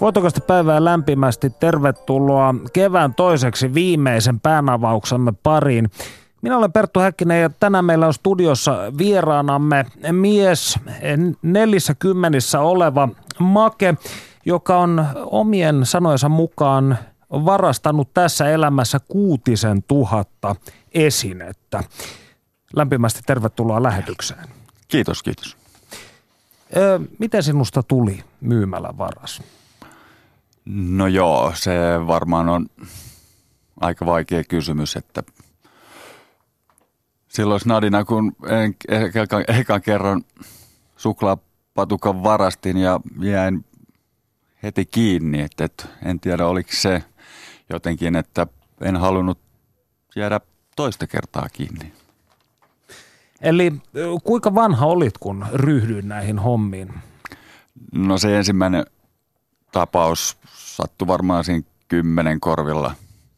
Voitokasta päivää lämpimästi. Tervetuloa kevään toiseksi viimeisen päänavauksemme pariin. Minä olen Perttu Häkkinen ja tänään meillä on studiossa vieraanamme mies 40 oleva make, joka on omien sanojensa mukaan varastanut tässä elämässä 6000 esinettä. Lämpimästi tervetuloa lähetykseen. Kiitos, kiitos. Miten sinusta tuli myymälävaras? No joo, se varmaan on aika vaikea kysymys, että silloin snadina, kun ekan kerran suklaapatukan varastin ja jäin heti kiinni, että en tiedä oliko se jotenkin, että en halunnut jäädä toista kertaa kiinni. Eli kuinka vanha olit, kun ryhdyin näihin hommiin? No se ensimmäinen tapaus sattui varmaan siinä 10 korvilla.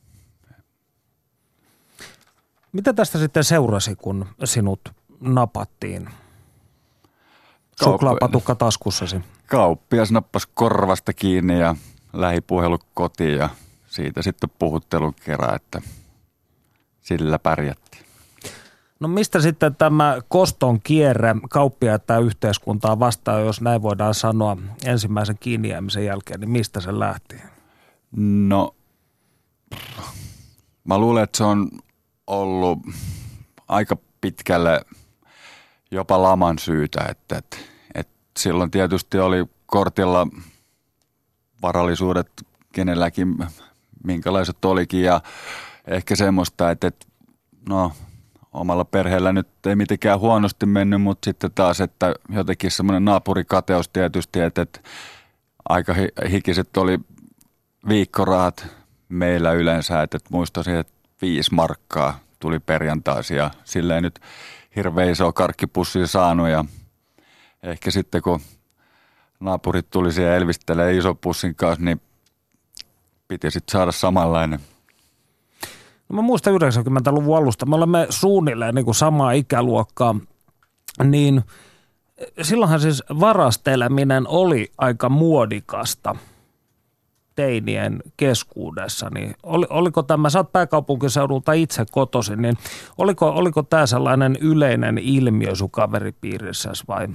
Mitä tästä sitten seurasi, kun sinut napattiin suklaapatukka taskussasi? Kauppias nappasi korvasta kiinni ja lähipuhelu kotiin ja siitä sitten puhuttelun kerran, että sillä pärjättiin. No mistä sitten tämä koston kierre kauppiaita ja yhteiskuntaa vastaan, jos näin voidaan sanoa, ensimmäisen kiinni jäämisen jälkeen, niin mistä se lähti? No, mä luulen, että se on ollut aika pitkälle jopa laman syytä, että silloin tietysti oli kortilla varallisuudet kenelläkin, minkälaiset olikin ja ehkä semmoista, että no omalla perheellä nyt ei mitenkään huonosti mennyt, mutta sitten taas, että jotenkin semmoinen naapurikateus tietysti, että aika hikiset oli viikkorahat meillä yleensä, että muistaisin, että 5 markkaa tuli perjantaisin ja silleen nyt hirveän iso karkkipussia saanut ja ehkä sitten kun naapurit tuli siihen elvistelemään ison pussin kanssa, niin piti sitten saada samanlainen. No mä muistan 90-luvun alusta, me olemme suunnilleen niin kuin samaa ikäluokkaa, niin silloinhan siis varasteleminen oli aika muodikasta teinien keskuudessa. Niin oliko tämä, sä oot pääkaupunkiseudulta itse kotoisin, niin oliko tämä sellainen yleinen ilmiö sun kaveripiirissäsi vai?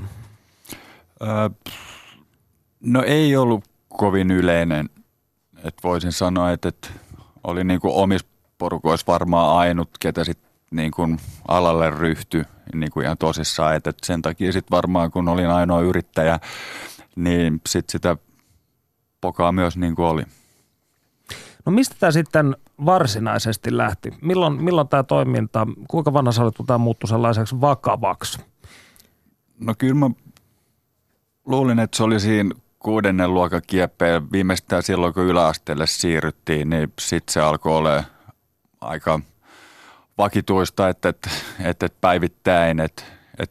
No ei ollut kovin yleinen, että voisin sanoa, että oli niin kuin omissa porukoissa varmaan ainut, ketä sitten niin kuin alalle ryhtyi niin kuin ihan tosissaan, että sen takia sitten varmaan kun olin ainoa yrittäjä, niin sitten sitä pokaa myös niin kuin oli. No mistä tämä sitten varsinaisesti lähti? Milloin tämä toiminta, kuinka vanha sä olet, kun tämä muuttui sellaiseksi vakavaksi? No kyllä mä luulin, että se oli siinä 6. luokan kieppeen viimeistään silloin, kun yläasteelle siirryttiin, niin sitten se alkoi olla aika vakituista, että päivittäin, että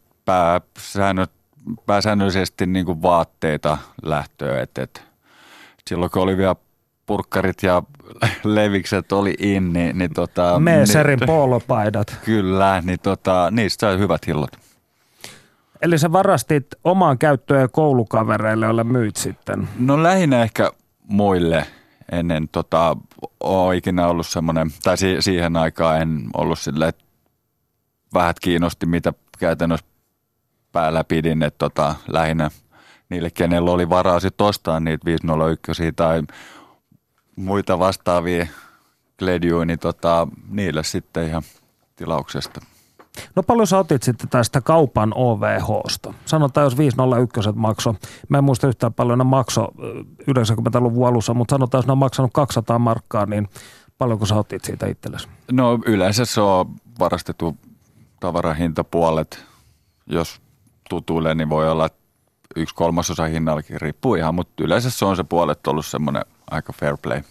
pääsäännöllisesti niin kuin vaatteita lähtöä, että silloin kun oli vielä purkkarit ja levikset oli inni, niin Meeserin poolopaidat. Kyllä, niin niistä sai hyvät hillot. Eli sä varastit omaan käyttöön ja koulukavereille, joille myit sitten? No lähinnä ehkä muille. Ennen ole ikinä ollut semmoinen, tai siihen aikaan en ollut silleen, että vähät kiinnosti, mitä käytännössä päällä pidin, että lähinnä niille, kenellä oli varaa sitten ostaa niitä 501 tai muita vastaavia gledjuja, niin niille sitten ihan tilauksesta. No paljon sä otit sitten tästä kaupan OVH:sta? Sanotaan, jos 501 maksoi, mä en muista yhtään paljon ne maksoi 90-luvun alussa, mutta sanotaan, jos ne on maksanut 200 markkaa, niin paljonko sä otit siitä itsellesi? No yleensä se on varastettu tavarahinta puolet. Jos tutuille, niin voi olla 1/3 hinnallakin, riippuu ihan, mutta yleensä se on se puolet ollut semmoinen aika fair play.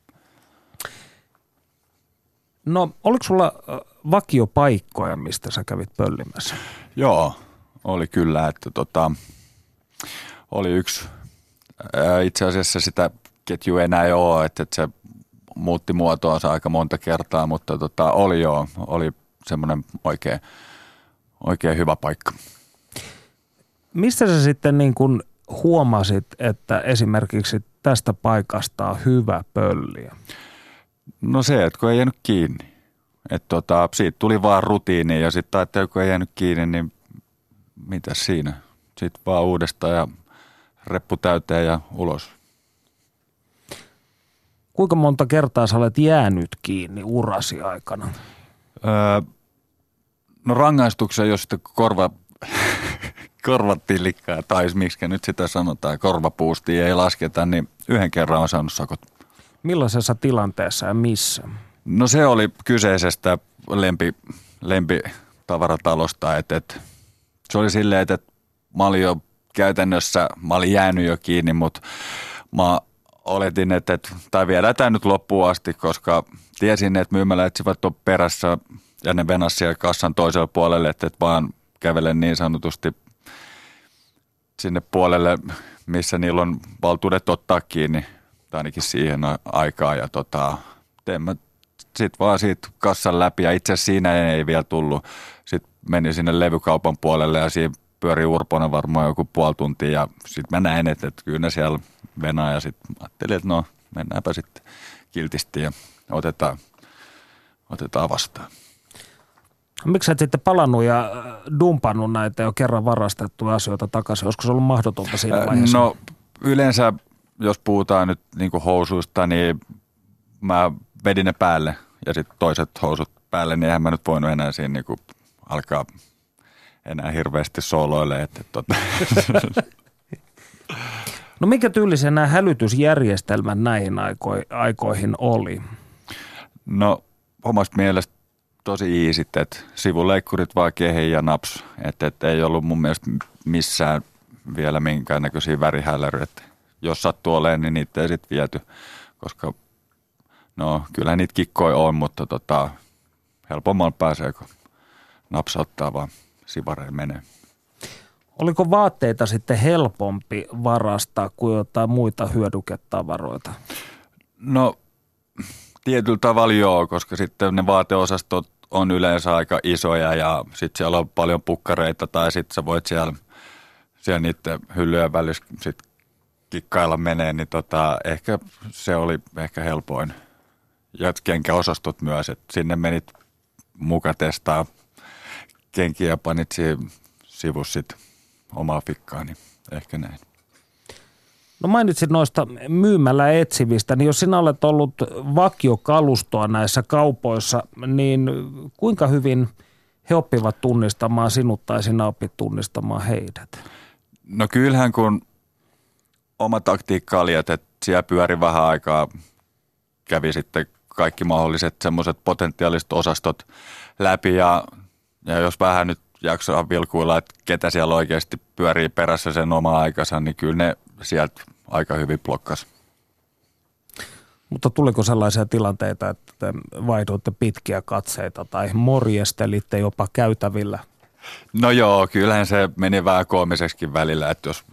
No oliko sulla vakiopaikkoja, mistä sä kävit pöllimässä? Joo, oli kyllä, että oli yksi, itse asiassa sitä ketjua enää ei ole, että se muutti muotoonsa aika monta kertaa, mutta oli semmoinen oikein hyvä paikka. Mistä sä sitten niin kun huomasit, että esimerkiksi tästä paikasta on hyvä pölliä? No se, että kun ei jäänyt kiinni. Että siitä tuli vaan rutiini ja sitten ajattelin, kun ei jäänyt kiinni, niin mitäs siinä? Sitten vaan uudestaan ja reppu täyteen ja ulos. Kuinka monta kertaa sä olet jäänyt kiinni urasi aikana? No rangaistuksen, jos sitten korvatilikkaa, tai miksi nyt sitä sanotaan, korvapuustia ei lasketa, niin yhden kerran on saanut sakot. Millaisessa tilanteessa ja missä? No se oli kyseisestä lempitavaratalosta, että se oli silleen, että mä olin jo käytännössä, mä olin jäänyt jo kiinni, mutta mä oletin, tai viedään tämä nyt loppuun asti, koska tiesin, että myymälä etsivät on perässä ja ne venas siellä kassan toiselle puolelle, että vaan kävelen niin sanotusti sinne puolelle, missä niillä on valtuudet ottaa kiinni, tai ainakin siihen aikaan. Ja tein mä sitten vaan siitä kassan läpi, ja itse asiassa siinä ei vielä tullut. Sitten menin sinne levykaupan puolelle, ja siinä pyöri urpona varmaan joku puoli tuntia, ja sitten mä näin, että kyllä ne siellä venaa, ja sitten ajattelin, että no mennäänpä sitten kiltisti, ja otetaan vastaan. Miksi sä et sitten palannut ja dumpannut näitä jo kerran varastettuja asioita takaisin? Olisiko se ollut mahdotonta siinä vaiheessa? No yleensä, jos puhutaan nyt niin kuin housuista, niin mä vedin ne päälle ja sitten toiset housut päälle, niin eihän mä nyt voinut enää siinä niin kuin alkaa enää hirveästi sooloille. No mikä tyylisiä nämä hälytysjärjestelmät näihin aikoihin oli? No omasta mielestä tosi iisit, että sivuleikkurit vaan kehiin ja naps. Että ei ollut mun mielestä missään vielä minkäännäköisiä värihäläryitä. Jos sattuu olemaan, niin niitä ei sitten viety, koska no kyllä niitä kikkoja on, mutta helpommalla pääsee, kun napsauttaa vaan sivareen menee. Oliko vaatteita sitten helpompi varastaa kuin jotain muita hyödyketavaroita? No tietyllä tavalla joo, koska sitten ne vaateosastot on yleensä aika isoja ja sitten siellä on paljon pukkareita tai sitten sä voit siellä niiden hyllyjen välissä sit kikkailla menee, niin ehkä se oli ehkä helpoin. Ja kenkäosastot myös, että sinne menit muka testaa kenkiä ja panit sivussa sitten omaa fikkaa, niin ehkä näin. No mainitsit noista myymällä etsivistä, niin jos sinä olet ollut vakiokalustoa näissä kaupoissa, niin kuinka hyvin he oppivat tunnistamaan sinut tai sinä opit tunnistamaan heidät? No kyllähän kun oma taktiikka oli, että siellä pyöri vähän aikaa, kävi sitten kaikki mahdolliset semmoiset potentiaaliset osastot läpi ja jos vähän nyt jaksaa vilkuilla, että ketä siellä oikeasti pyörii perässä sen oma aikansa, niin kyllä ne sieltä aika hyvin blokkas. Mutta tuliko sellaisia tilanteita, että te vaihdoitte pitkiä katseita tai morjestelitte jopa käytävillä? No joo, kyllähän se meni vähän koomiseksikin välillä, että jos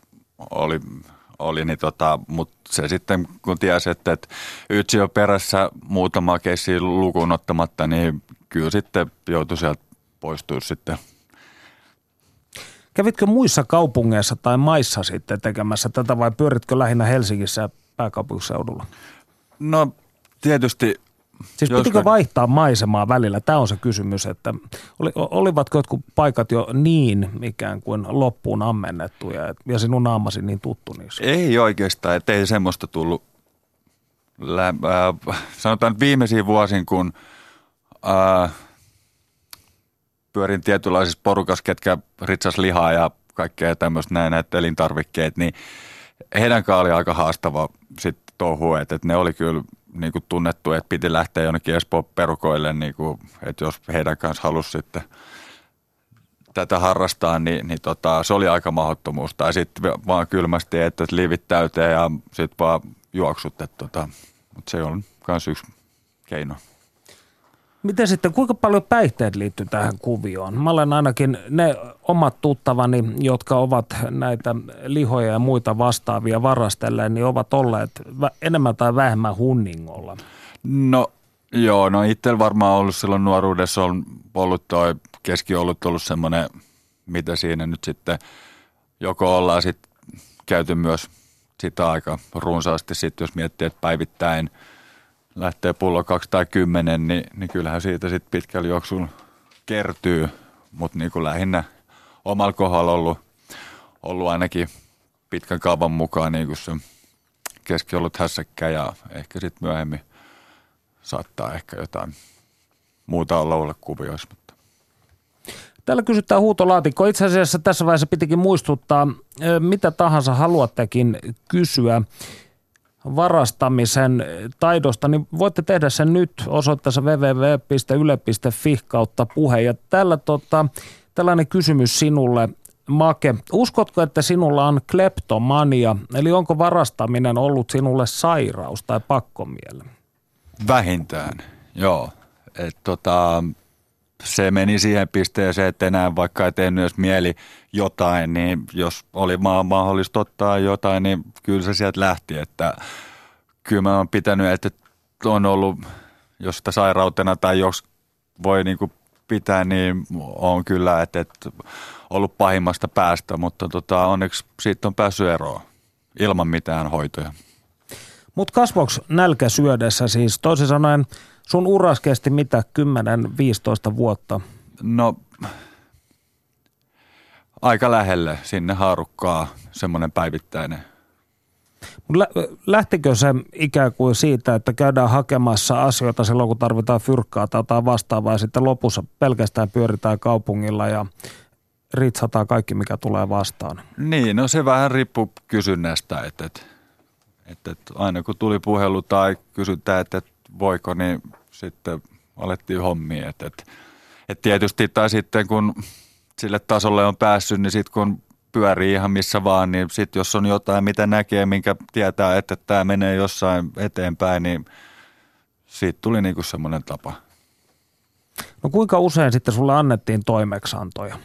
oli niin mutta se sitten kun tiesi, että yksi on perässä muutama keissi lukuun ottamatta, niin kyllä sitten joutui sieltä poistua sitten. Kävitkö muissa kaupungeissa tai maissa sitten tekemässä tätä vai pyöritkö lähinnä Helsingissä ja pääkaupunkiseudulla? No tietysti. Siis pitikö vaihtaa maisemaa välillä? Tämä on se kysymys, että olivatko jotkut paikat jo niin ikään kuin loppuun ammennettuja ja sinun naamasi niin tuttu niissä? Ei oikeastaan, että ei semmoista tullut. Sanotaan että viimeisiin vuosin, kun pyörin tietynlaisissa porukassa, ketkä ritsas lihaa ja kaikkea tämmöistä näitä elintarvikkeet, niin heidän kanssaan oli aika haastava sitten touhu, että ne oli kyllä niin kuin tunnettu, että piti lähteä jonnekin Espoon perukoille, niin kuin, että jos heidän kanssa halusi sitten tätä harrastaa, niin se oli aika mahdottomuus. Tai sitten vaan kylmästi, että liivit täyteen ja sitten vaan juoksut, mutta se on myös yksi keino. Miten sitten, kuinka paljon päihteet liittyy tähän kuvioon? Mä olen ainakin ne omat tuttavani, jotka ovat näitä lihoja ja muita vastaavia varastelleen, niin ovat olleet enemmän tai vähemmän hunningolla. No joo, no itsellä varmaan ollut silloin nuoruudessa on ollut toi keskiolut ollut semmoinen, mitä siinä nyt sitten joko ollaan sitten käyty myös sitä aika runsaasti. Sitten jos miettii, että päivittäin lähtee pullo 2 tai 10, niin kyllähän siitä sitten pitkällä juoksulla kertyy. Mutta niin kuin lähinnä omalla kohdalla ollut ainakin pitkän kaavan mukaan niin kuin se keskiolut hässäkkä ja ehkä sitten myöhemmin saattaa ehkä jotain muuta olla kuvioissa. Täällä kysytään huutolaatikko. Itse asiassa tässä vaiheessa pitikin muistuttaa, mitä tahansa haluattekin kysyä varastamisen taidosta, niin voitte tehdä sen nyt osoitteessa www.yle.fi/puhe. Ja täällä tällainen kysymys sinulle, Make. Uskotko, että sinulla on kleptomania, eli onko varastaminen ollut sinulle sairaus tai pakkomielle? Vähintään, joo. Se meni siihen pisteeseen, että enää vaikka ei tehnyt edes mieli jotain, niin jos oli mahdollista ottaa jotain, niin kyllä se sieltä lähti. Että kyllä mä oon pitänyt, että on ollut, jos sitä sairautena tai jos voi niin kuin pitää, niin on kyllä, että ollut pahimmasta päästä, mutta onneksi siitä on päässyt eroon ilman mitään hoitoja. Mutta kasvoiko nälkä syödessä siis? Toisin sanoen sun uras kesti mitä, 10-15 vuotta? No aika lähelle sinne haarukkaa semmoinen päivittäinen. Lähtikö se ikään kuin siitä, että käydään hakemassa asioita silloin, kun tarvitaan fyrkkaa tai jotain vastaavaa ja sitten lopussa pelkästään pyöritään kaupungilla ja ritsataan kaikki, mikä tulee vastaan? Niin, no se vähän riippuu kysynnästä, että aina kun tuli puhelu tai kysytään, että voiko, niin sitten alettiin hommia. Että tietysti tai sitten kun sille tasolle on päässyt, niin sitten kun pyörii ihan missä vaan, niin sitten jos on jotain, mitä näkee, minkä tietää, että tämä menee jossain eteenpäin, niin siitä tuli niinku semmoinen tapa. No kuinka usein sitten sulle annettiin toimeksiantoja?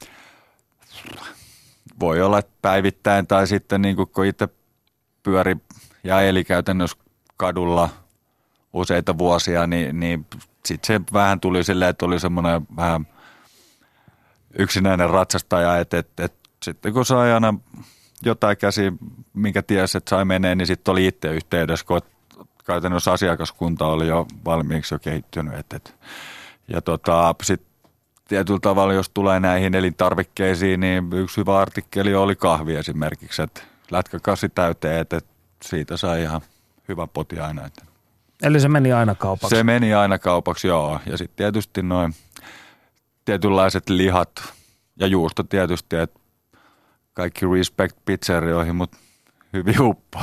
Voi olla päivittäin tai sitten niin kun itse pyöri ja eli käytännössä kadulla useita vuosia, niin sitten se vähän tuli silleen, että oli semmoinen vähän yksinäinen ratsastaja, että sitten kun sai aina jotain käsi, minkä tiesi, että sai menee, niin sitten oli itse yhteydessä, kun käytännössä asiakaskunta oli jo valmiiksi jo kehittynyt. Ja sitten tietyllä tavalla, jos tulee näihin elintarvikkeisiin, niin yksi hyvä artikkeli oli kahvi esimerkiksi, että lätkäkassi täyteen, että siitä sai ihan hyvä poti aina. Eli se meni aina kaupaksi? Se meni aina kaupaksi, joo. Ja sitten tietysti noin tietynlaiset lihat ja juusto tietysti, että kaikki respect pizzerioihin, mutta hyvin uppoa.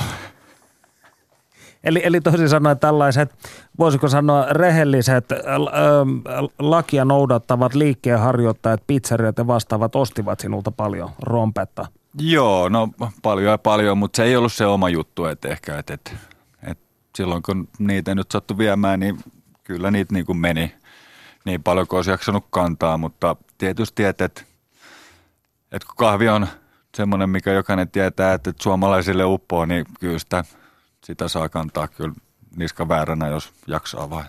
Eli toisin sanoen tällaiset, voisiko sanoa rehelliset, lakia noudattavat liikkeenharjoittajat, pizzeriat ja vastaavat ostivat sinulta paljon rompetta? Joo, no paljon, mutta se ei ollut se oma juttu, että ehkä, että silloin kun niitä nyt sattui viemään, niin kyllä niitä niin kuin meni niin paljon kuin olisi jaksanut kantaa, mutta tietysti, että kun kahvi on semmoinen, mikä jokainen tietää, että suomalaisille uppoo, niin kyllä sitä saa kantaa kyllä niska vääränä, jos jaksaa vain.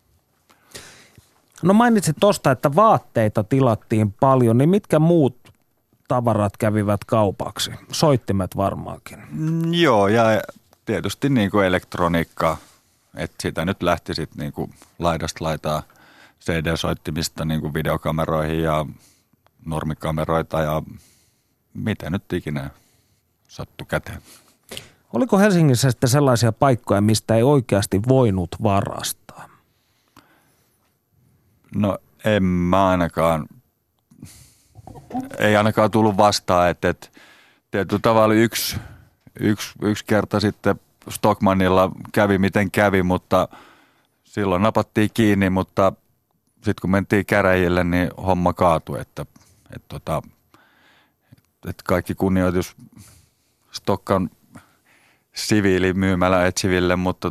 No mainitsit tuosta, että vaatteita tilattiin paljon, niin mitkä muut tavarat kävivät kaupaksi? Soittimet varmaankin. Joo, ja tietysti niin kuin elektroniikkaa, että sitä nyt lähti sitten niin kuin laidasta laitaa CD-soittimista niin kuin videokameroihin ja normikameroita ja mitä nyt ikinä sattui käteen. Oliko Helsingissä sitten sellaisia paikkoja, mistä ei oikeasti voinut varastaa? No en mä ei ainakaan tullut vastaan, että tietyllä tavalla yksi kerta sitten Stockmannilla kävi miten kävi, mutta silloin napattiin kiinni, mutta sitten kun mentiin käräjille, niin homma kaatui, että kaikki kunnioitus Stokkan siviilimyymälä etsiville, mutta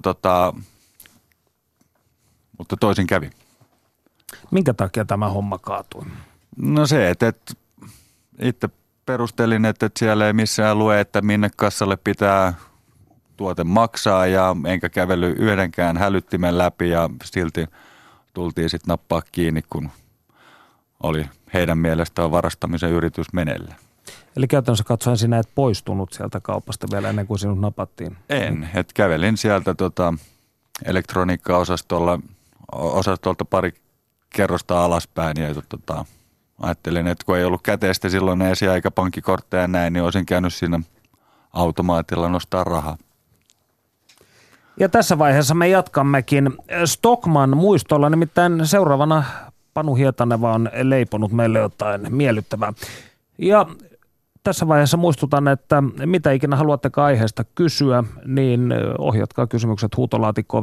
toisin kävi. Minkä takia tämä homma kaatui? No se, että itse perustelin, että siellä ei missään lue, että minne kassalle pitää tuote maksaa ja enkä kävellyt yhdenkään hälyttimen läpi ja silti tultiin sitten nappaa kiinni, kun oli heidän mielestään varastamisen yritys meneillä. Eli käytännössä katsoen sinä et poistunut sieltä kaupasta vielä ennen kuin sinut napattiin. En, että kävelin sieltä elektroniikka-osastolta pari kerrosta alaspäin ja ajattelin, että kun ei ollut käteistä silloin esi- eikä pankkikortteja ja näin, niin olisin käynyt siinä automaatilla nostaa rahaa. Ja tässä vaiheessa me jatkammekin Stockmann muistolla, nimittäin seuraavana Panu Hietaneva on leiponut meille jotain miellyttävää. Ja tässä vaiheessa muistutan, että mitä ikinä haluattekaan aiheesta kysyä, niin ohjatkaa kysymykset huutolaatikkoon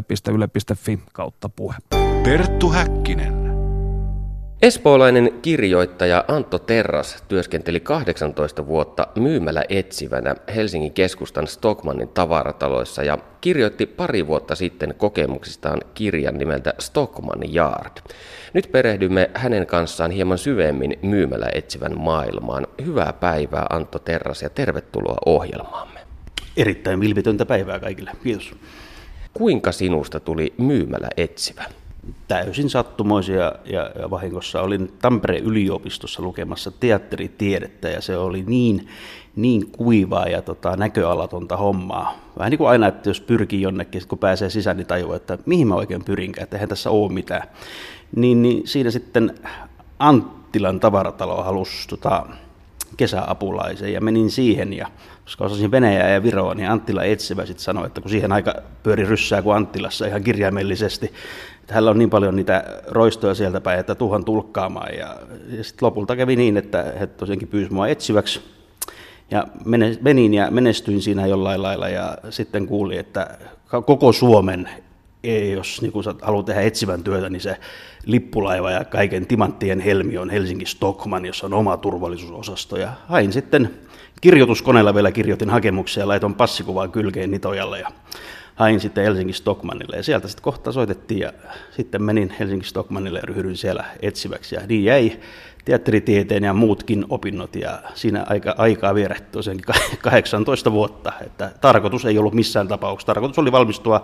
www.yle.fi/puhe. Perttu Häkkinen. Espoolainen kirjoittaja Antto Terras työskenteli 18 vuotta myymällä etsivänä Helsingin keskustan Stockmannin tavarataloissa ja kirjoitti pari vuotta sitten kokemuksistaan kirjan nimeltä Stockmann Yard. Nyt perehdymme hänen kanssaan hieman syvemmin myymällä etsivän maailmaan. Hyvää päivää Antto Terras ja tervetuloa ohjelmaamme. Erittäin vilpitöntä päivää kaikille. Kiitos. Kuinka sinusta tuli myymällä etsivä? Täysin sattumoisia ja vahingossa olin Tampereen yliopistossa lukemassa teatteritiedettä ja se oli niin kuivaa ja näköalatonta hommaa. Vähän niin kuin aina, että jos pyrkii jonnekin, kun pääsee sisään, niin tajuaa, että mihin mä oikein pyrinkään, että eihän tässä ole mitään. Niin siinä sitten Anttilan tavaratalo halusi kesäapulaisen ja menin siihen ja koska osasin Venäjää ja Viroa, niin Anttila etsivä sitten sanoi, että kun siihen aika pyöri ryssää kuin Anttilassa ihan kirjaimellisesti, että hänellä on niin paljon niitä roistoja sieltä päin, että tuhan tulkkaamaan. Ja sitten lopulta kävi niin, että he tosiaankin pyysi mua etsiväksi. Ja menin ja menestyin siinä jollain lailla ja sitten kuulin, että koko Suomen, jos niin haluaa tehdä etsivän työtä, niin se lippulaiva ja kaiken timanttien helmi on Helsinki Stockmann, jossa on oma turvallisuusosasto. Ja hain sitten kirjoituskoneella vielä kirjoitin hakemuksia ja laitoin passikuvaan kylkeen Nitojalle ja hain sitten Helsinki Stockmannille. Ja sieltä sitten kohta soitettiin ja sitten menin Helsinki Stockmannille ja ryhdyin siellä etsiväksi. Ja niin jäi teatteritieteen ja muutkin opinnot ja siinä aikaa vierähti tosiaankin 18 vuotta. Että tarkoitus ei ollut missään tapauksessa. Tarkoitus oli valmistua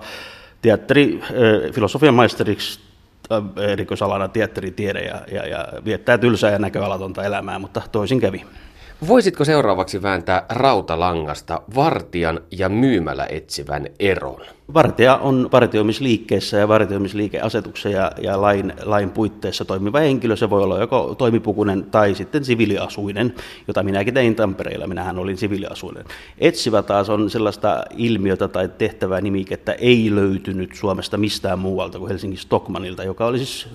filosofian maisteriksi erikoisalana teatteritiede ja viettää tylsää ja näköalatonta elämää, mutta toisin kävi. Voisitko seuraavaksi vääntää rautalangasta vartijan ja myymällä etsivän eron? Vartija on vartioimisliikkeessä ja vartioimisliikeasetuksen ja lain puitteissa toimiva henkilö. Se voi olla joko toimipukuinen tai sitten siviiliasuinen, jota minäkin tein Tampereella. Minähän olin siviiliasuinen. Etsivä taas on sellaista ilmiötä tai tehtävää nimikettä ei löytynyt Suomesta mistään muualta kuin Helsingin Stockmannilta, joka oli siis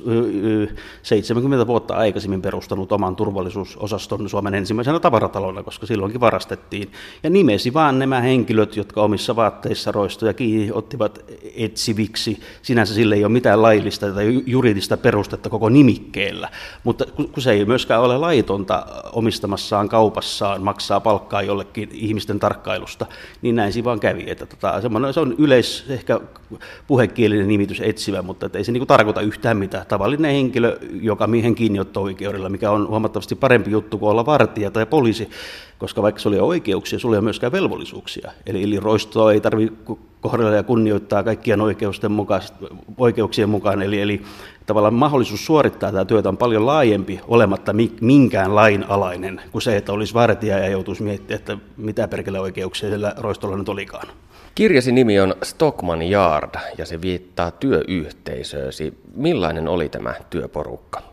70 vuotta aikaisemmin perustanut oman turvallisuusosaston Suomen ensimmäisenä tavaratalona, koska silloinkin varastettiin. Ja nimesi vaan nämä henkilöt, jotka omissa vaatteissa roistoja kiinni ottivat etsiviksi. Sinänsä sille ei ole mitään laillista tai juridista perustetta koko nimikkeellä, mutta kun se ei myöskään ole laitonta omistamassaan kaupassaan maksaa palkkaa jollekin ihmisten tarkkailusta, niin näin siinä vaan kävi. Että se on ehkä puhekielinen nimitys etsivä, mutta ei se tarkoita yhtään mitään. Tavallinen henkilö, joka miehen kiinniotto-oikeudella, mikä on huomattavasti parempi juttu kuin olla vartija tai poliisi, koska vaikka sulla ei ole oikeuksia, sulla ei ole myöskään velvollisuuksia. Eli roistoa ei tarvitse kohdella ja kunnioittaa kaikkien oikeuksien mukaan. Eli tavallaan mahdollisuus suorittaa tätä työtä on paljon laajempi olematta minkään lain alainen kuin se, että olisi vartija ja joutuisi miettimään, että mitä perkele oikeuksia sillä roistolla nyt olikaan. Kirjasi nimi on Stockmann Yard ja se viittaa työyhteisöösi. Millainen oli tämä työporukka?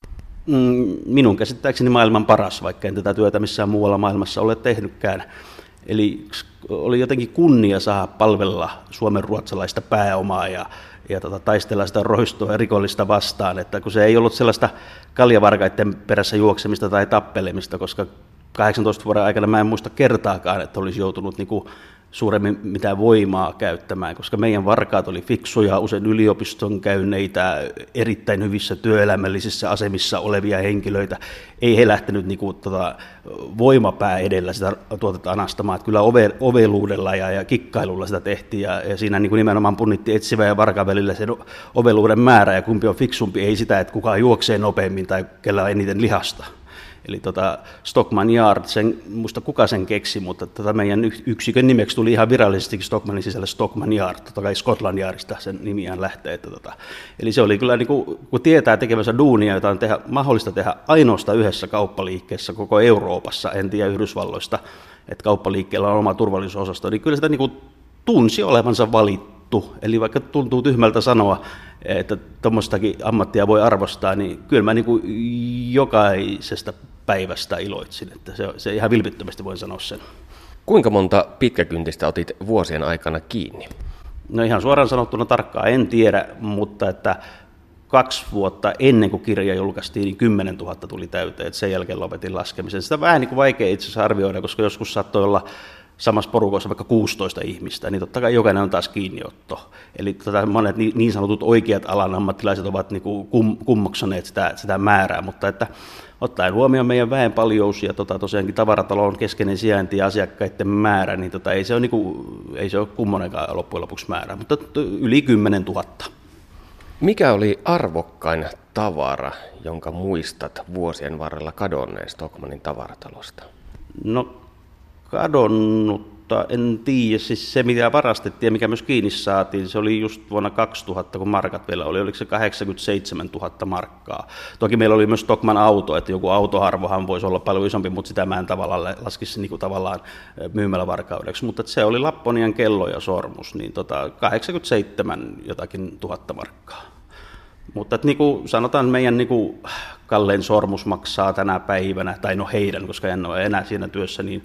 Minun käsittääkseni maailman paras, vaikka en tätä työtä missään muualla maailmassa ole tehnytkään. Eli oli jotenkin kunnia saada palvella suomen ruotsalaista pääomaa ja taistella sitä roistoa ja rikollista vastaan, että kun se ei ollut sellaista kaljavarkaiden perässä juoksemista tai tappelemista, koska 18 vuoden aikana mä en muista kertaakaan, että olisi joutunut suuremmin mitään voimaa käyttämään, koska meidän varkaat oli fiksuja, usein yliopiston käyneitä, erittäin hyvissä työelämällisissä asemissa olevia henkilöitä. Ei he lähtenyt voimapää edellä sitä tuotetta anastamaan, että kyllä oveluudella ja kikkailulla sitä tehtiin ja siinä nimenomaan punnittiin etsivä ja varkaan välillä sen oveluuden määrä ja kumpi on fiksumpi, ei sitä, että kukaan juoksee nopeammin tai kellä on eniten lihasta. Eli Stockmann Yard, muista kuka sen keksi, mutta meidän yksikön nimeksi tuli ihan virallisesti Stockmannin sisällä Stockmann Yard, totta kai Scotland Yardista sen nimiään lähtee. Eli se oli kyllä, niin kun tietää tekemänsä duunia, jota on mahdollista tehdä ainoastaan yhdessä kauppaliikkeessä koko Euroopassa, en tiedä Yhdysvalloista, että kauppaliikkeellä on oma turvallisuusosasto, niin kyllä sitä niin kuin tunsi olevansa valittu. Eli vaikka tuntuu tyhmältä sanoa, että tuommoistakin ammattia voi arvostaa, niin kyllä mä niin kuin jokaisesta päivästä iloitsin, että se ihan vilpittömästi voin sanoa sen. Kuinka monta pitkäkyntistä otit vuosien aikana kiinni? No ihan suoraan sanottuna tarkkaan en tiedä, mutta että 2 vuotta ennen kuin kirja julkaistiin, niin 10 000 tuli täyteen, että sen jälkeen lopetin laskemisen. Sitä on vähän niin kuin vaikea itse asiassa arvioida, koska joskus saattoi olla samassa porukossa vaikka 16 ihmistä, niin totta kai jokainen on taas kiinniotto. Eli monet niin sanotut oikeat alan ammattilaiset ovat niin kuin kummoksaneet sitä määrää, mutta että ottaen huomioon meidän väen paljous ja tosiaankin tavaratalon keskeinen sijainti ja asiakkaiden määrä, niin ei se ole kummonenkaan loppujen lopuksi määrä, mutta yli 10 000. Mikä oli arvokkain tavara, jonka muistat vuosien varrella kadonneen Stockmannin tavaratalosta? No kadonnutta en tiedä, siis se mitä varastettiin ja mikä myös kiinni saatiin, se oli just vuonna 2000, kun markat vielä oli, oliko se 87 000 markkaa. Toki meillä oli myös Stockmann auto, että joku autoharvohan voisi olla paljon isompi, mutta sitä mä en tavallaan laskisi niin kuin tavallaan myymälävarkaudeksi, mutta se oli Lapponian kello ja sormus, niin 87 jotakin 000 markkaa. Mutta niin kuin sanotaan, meidän niin kuin kallein sormus maksaa tänä päivänä, tai no heidän, koska en ole enää siinä työssä, niin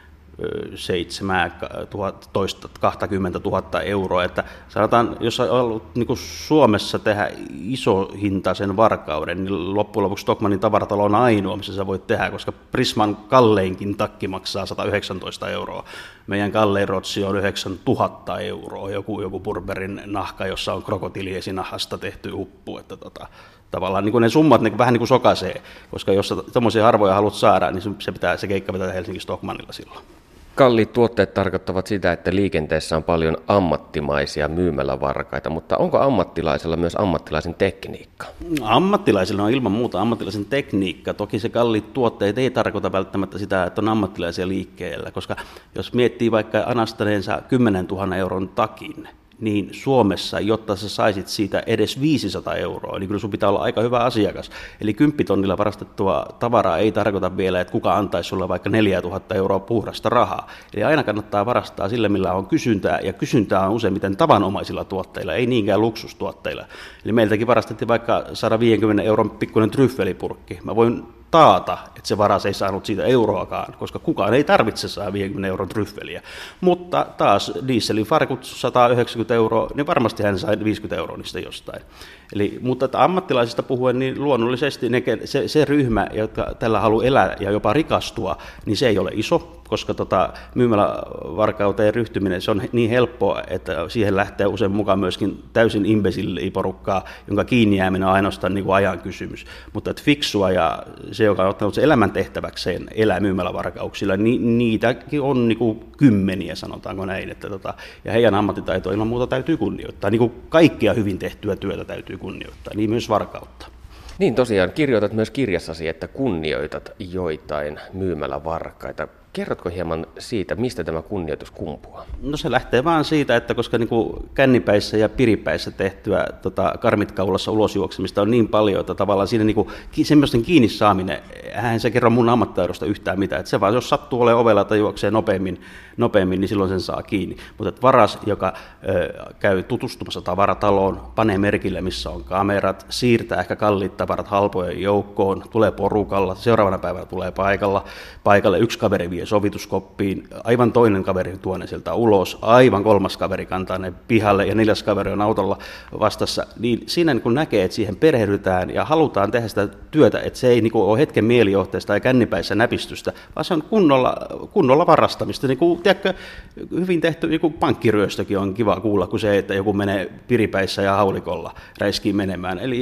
20 000 euroa. Että sanotaan, jos on ollut niin kuin Suomessa tehdä isohintaisen varkauden, niin loppujen lopuksi Stockmannin tavaratalo on ainoa, missä sä voit tehdä, koska Prisman kalleinkin takki maksaa 119 euroa. Meidän kallein rotsi on 9 000 euroa, joku Burberryn nahka, jossa on krokotiiliesinahasta tehty uppu. Että tavallaan niin kuin ne summat niin kuin vähän niin kuin sokaisee, koska jos tämmöisiä harvoja haluat saada, niin se keikka pitää Helsingin Stockmannilla silloin. Kalliit tuotteet tarkoittavat sitä, että liikenteessä on paljon ammattimaisia myymälävarkaita, mutta onko ammattilaisella myös ammattilaisen tekniikka? Ammattilaisilla on ilman muuta ammattilaisen tekniikka. Toki se kalliit tuotteet ei tarkoita välttämättä sitä, että on ammattilaisia liikkeellä, koska jos miettii vaikka anastaneensa 10 000 euron takin, niin Suomessa, jotta sä saisit siitä edes 500 euroa, niin kyllä sun pitää olla aika hyvä asiakas. Eli 10 000 varastettua tavaraa ei tarkoita vielä, että kuka antaisi sulle vaikka 4 000 euroa puhdasta rahaa. Eli aina kannattaa varastaa sille, millä on kysyntää, ja kysyntää on useimmiten tavanomaisilla tuotteilla, ei niinkään luksustuotteilla. Eli meiltäkin varastettiin vaikka 150 euron pikkuinen tryffelipurkki. Mä voin taata, että se varas ei saanut siitä euroakaan, koska kukaan ei tarvitse 150 euron tryffeliä. Mutta taas dieselin farkut 190 euroa, niin varmasti hän sai 50 euroa niistä jostain. Mutta ammattilaisista puhuen, niin luonnollisesti se ryhmä, joka tällä haluaa elää ja jopa rikastua, niin se ei ole iso, koska myymälävarkauteen ryhtyminen, se on niin helppoa, että siihen lähtee usein mukaan myöskin täysin imbesilliporukkaa, jonka kiinni jääminen on ainoastaan niin kuin ajan kysymys. Mutta että fiksua ja se, joka on ottanut sen elämäntehtäväkseen elää myymälävarkauksilla, niin niitäkin on niin kuin kymmeniä, sanotaanko näin. Ja heidän ammattitaitoa ilman muuta täytyy kunnioittaa. Niin kuin kaikkea hyvin tehtyä työtä täytyy kunnioittaa, niin myös varkautta. Niin tosiaan, kirjoitat myös kirjassasi, että kunnioitat joitain myymälävarkaita. Kerrotko hieman siitä, mistä tämä kunnioitus kumpuaa? No se lähtee vaan siitä, että koska niin kuin kännipäissä ja piripäissä tehtyä karmitkaulassa ulosjuoksemista on niin paljon, että tavallaan siinä niin kuin, semmoisten kiinni saaminen, eihän se kerro mun ammattitaidosta yhtään mitään. Että se vaan, jos sattuu olemaan ovella tai juoksee nopeammin, niin silloin sen saa kiinni. Mutta varas, joka käy tutustumassa tavarataloon, panee merkille, missä on kamerat, siirtää ehkä kalliit tavarat halpojen joukkoon, tulee porukalla, seuraavana päivänä tulee paikalle yksi kaveri vie sovituskoppiin, aivan toinen kaveri tuo ne sieltä ulos, aivan 3. kaveri kantaa ne pihalle ja 4. kaveri on autolla vastassa, niin siinä niin kun näkee, että siihen perehdytään ja halutaan tehdä sitä työtä, että se ei niin kuin ole hetken mielijohteesta ja kännipäissä näpistystä, vaan se on kunnolla varastamista. Niin kuin, tiedätkö, hyvin tehty niin kuin pankkiryöstökin on kiva kuulla, kuin se, että joku menee piripäissä ja haulikolla räiskii menemään. Eli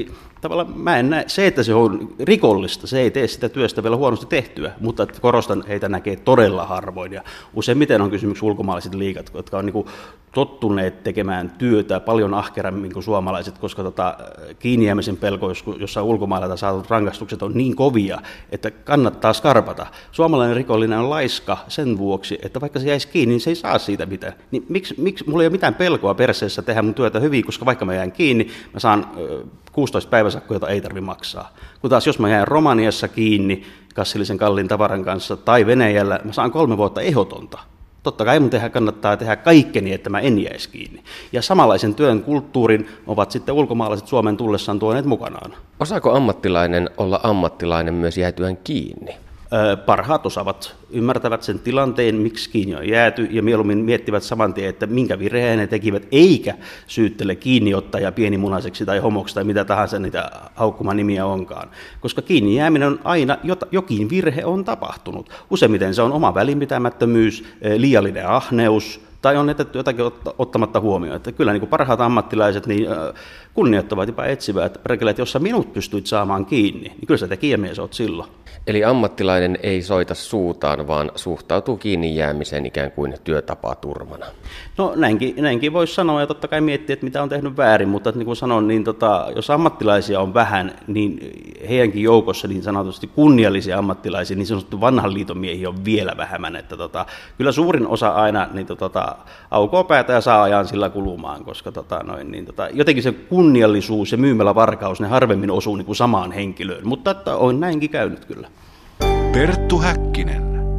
tavallaan mä en näe, se, että se on rikollista, se ei tee sitä työstä vielä huonosti tehtyä, mutta että korostan, heitä näkee todella harvoin. Ja useimmiten on kysymys ulkomaalaiset liigat, jotka on niin kuin tottuneet tekemään työtä paljon ahkerammin kuin suomalaiset, koska kiinni jäämisen pelko, jossa ulkomailta saadut rangaistukset on niin kovia, että kannattaa skarpata. Suomalainen rikollinen on laiska sen vuoksi, että vaikka se jäisi kiinni, niin se ei saa siitä mitään. Niin miksi mulla ei ole mitään pelkoa perseessä tehdä mun työtä hyvin, koska vaikka mä jään kiinni, mä saan 16 päiväsakkoa, jota ei tarvitse maksaa. Kun taas jos mä jään Romaniassa kiinni kassillisen kalliin tavaran kanssa tai Venäjällä, mä saan 3 vuotta ehdotonta. Totta kai mun kannattaa tehdä kaikkeni, että mä en jäisi kiinni. Ja samanlaisen työn kulttuurin ovat sitten ulkomaalaiset Suomen tullessaan tuoneet mukanaan. Osaako ammattilainen olla ammattilainen myös jäätyään kiinni? Parhaat osaavat, ymmärtävät sen tilanteen, miksi kiinni on jääty, ja mieluummin miettivät saman tien, että minkä virheen ne tekivät, eikä syyttele kiinniottajaa pienimunaiseksi tai homoksi tai mitä tahansa niitä haukkumanimiä onkaan. Koska kiinni jääminen on aina, jokin virhe on tapahtunut. Useimmiten se on oma välinpitämättömyys, liiallinen ahneus, tai on jätetty jotakin ottamatta huomioon. Että kyllä niin kuin parhaat ammattilaiset niin kunnioittavat jopa etsivää, että perkele, että jos sä minut pystyit saamaan kiinni, niin kyllä sä tekijämies oot silloin. Eli ammattilainen ei soita suutaan, vaan suhtautuu kiinni jäämiseen ikään kuin työtapaturmana. No näinkin voisi sanoa, ja totta kai miettiä, että mitä on tehnyt väärin, mutta niin kuin sanon, niin jos ammattilaisia on vähän, niin heidänkin joukossa niin sanotusti kunniallisia ammattilaisia, niin sanottu vanhan liiton miehiä on vielä vähemmän. Että kyllä suurin osa aina niin aukoo päätä ja saa ajan sillä kulumaan, koska jotenkin se kunniallisuus ja myymälävarkaus, ne harvemmin osuu niin kuin samaan henkilöön, mutta että on näinkin käynyt kyllä. Perttu Häkkinen.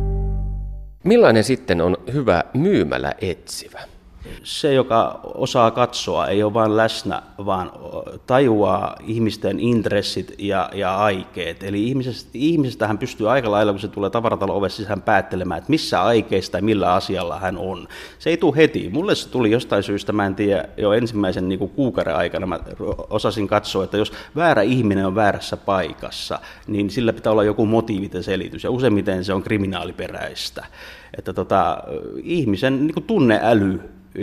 Millainen sitten on hyvä myymäläetsivä? Se, joka osaa katsoa, ei ole vain läsnä, vaan tajuaa ihmisten intressit ja aikeet. Eli ihmisestähän pystyy aika lailla, kun se tulee tavaratalo ovessa sisään päättelemään, että missä aikeista ja millä asialla hän on. Se ei tule heti. Mulle se tuli jostain syystä, mä en tiedä, jo ensimmäisen kuukauden aikana mä osasin katsoa, että jos väärä ihminen on väärässä paikassa, niin sillä pitää olla joku motiivit ja selitys, ja useimmiten se on kriminaaliperäistä. Että ihmisen tunneäly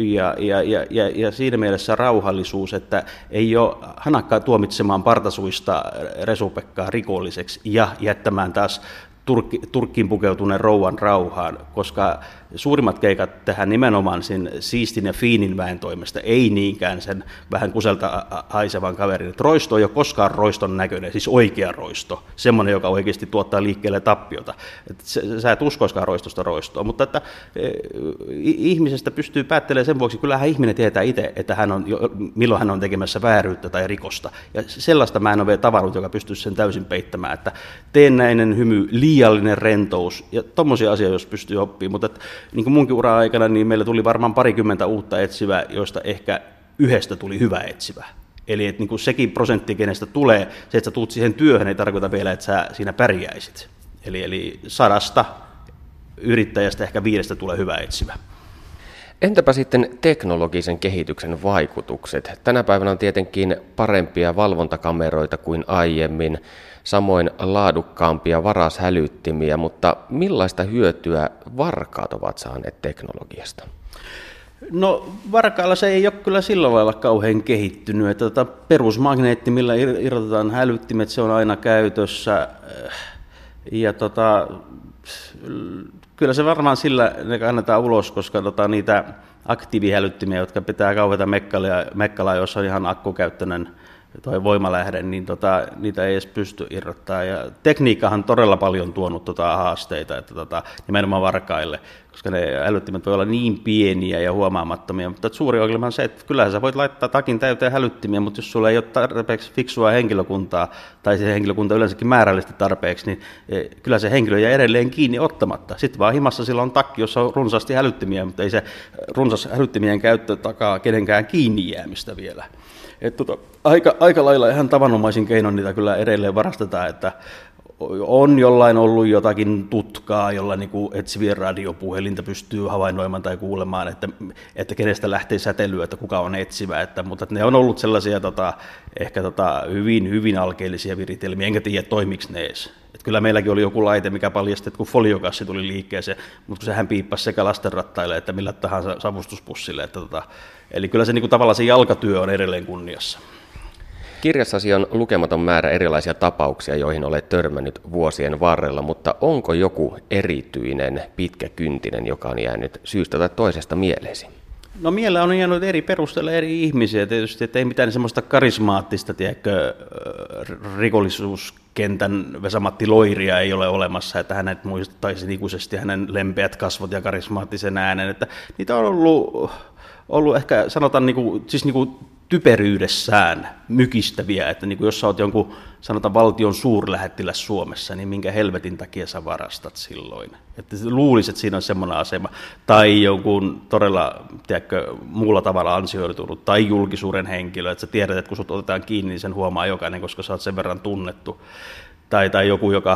ja siinä mielessä rauhallisuus, että ei ole hanakkaa tuomitsemaan partasuista Resupekkaa rikolliseksi ja jättämään taas Turkkiin pukeutuneen rouvan rauhaan, koska suurimmat keikat tehdään nimenomaan sen siistin ja fiinin väen toimesta, ei niinkään sen vähän kuselta haisevan kaverin. Roisto ei ole koskaan roiston näköinen, siis oikea roisto, semmoinen, joka oikeasti tuottaa liikkeelle tappiota. Sä et uskoiskaan roistosta roistoa, mutta että ihmisestä pystyy päättelemään sen vuoksi, kyllähän ihminen tietää itse, että milloin hän on tekemässä vääryyttä tai rikosta. Ja sellaista mä en ole vielä tavannut, joka pystyisi sen täysin peittämään, että teennäinen hymy, liiallinen rentous ja tommosia asioita, jos pystyy oppimaan, mutta niin kuin munkin ura-aikana, niin meillä tuli varmaan 20 uutta etsivää, joista ehkä 1 tuli hyvä etsivä. Eli että niin kuin sekin prosentti, kenestä tulee, se, että sä tuut siihen työhön, ei tarkoita vielä, että sä siinä pärjäisit. Eli 100 yrittäjästä ehkä 5 tulee hyvä etsivä. Entäpä sitten teknologisen kehityksen vaikutukset? Tänä päivänä on tietenkin parempia valvontakameroita kuin aiemmin, samoin laadukkaampia varashälyttimiä, mutta millaista hyötyä varkaat ovat saaneet teknologiasta? No varkailla se ei ole kyllä sillä lailla kauhean kehittynyt, että perusmagneetti, millä irrotetaan hälyttimet, se on aina käytössä ja kyllä se varmaan sillä ne annetaan ulos, koska niitä aktiivihälyttimiä, jotka pitää kauheata mekkalaa, jossa on ihan akkukäyttöinen toi voimalähde, niin niitä ei edes pysty irrottaa. Ja tekniikkahan todella paljon tuonut haasteita, että nimenomaan varkaille, koska ne hälyttimet voi olla niin pieniä ja huomaamattomia. Mutta suuri ongelma on se, että kyllähän sä voit laittaa takin täyteen hälyttimiä, mutta jos sulla ei ole tarpeeksi fiksua henkilökuntaa, tai se henkilökunta yleensäkin määrällisesti tarpeeksi, niin kyllä se henkilö jää edelleen kiinni ottamatta. Sitten vaan himassa sillä on takki, jossa on runsaasti hälyttimiä, mutta ei se runsas hälyttimien käyttö takaa kenenkään kiinni jäämistä vielä. Aika lailla ihan tavanomaisin keinoin niitä kyllä edelleen varastetaan, että on jollain ollut jotakin tutkaa, jolla niin etsivien radiopuhelinta pystyy havainnoimaan tai kuulemaan, että kenestä lähtee säteilyä, että kuka on etsivä, mutta ne on ollut sellaisia ehkä hyvin, hyvin alkeellisia viritelmiä, enkä tiedä toimiks ne edes. Että kyllä meilläkin oli joku laite, mikä paljasti, että kun foliokassi tuli liikkeeseen, mutta kun sehän piippasi sekä lastenrattaille että millä tahansa savustuspussille. Eli kyllä se tavallaan se jalkatyö on edelleen kunniassa. Kirjassasi on lukematon määrä erilaisia tapauksia, joihin olet törmännyt vuosien varrella, mutta onko joku erityinen pitkäkyntinen, joka on jäänyt syystä tai toisesta mieleesi? No mielellä on jäänyt eri perusteella eri ihmisiä tietysti, että ei mitään semmoista karismaattista, rikollisuuskentän Vesa-Matti Loiria ei ole olemassa, että hänet muistettaisiin ikuisesti hänen lempeät kasvot ja karismaattisen äänen, että niitä on ollut ehkä sanotaan typeryydessään mykistäviä, että niin kuin jos sä oot jonkun sanotaan valtion suurlähettiläs Suomessa, niin minkä helvetin takia sä varastat silloin? Että luulisit, että siinä on semmoinen asema, tai jonkun todella muulla tavalla ansioitunut, tai julkisuuden henkilö, että sä tiedät, että kun sut otetaan kiinni, niin sen huomaa jokainen, koska sä oot sen verran tunnettu. Tai joku, joka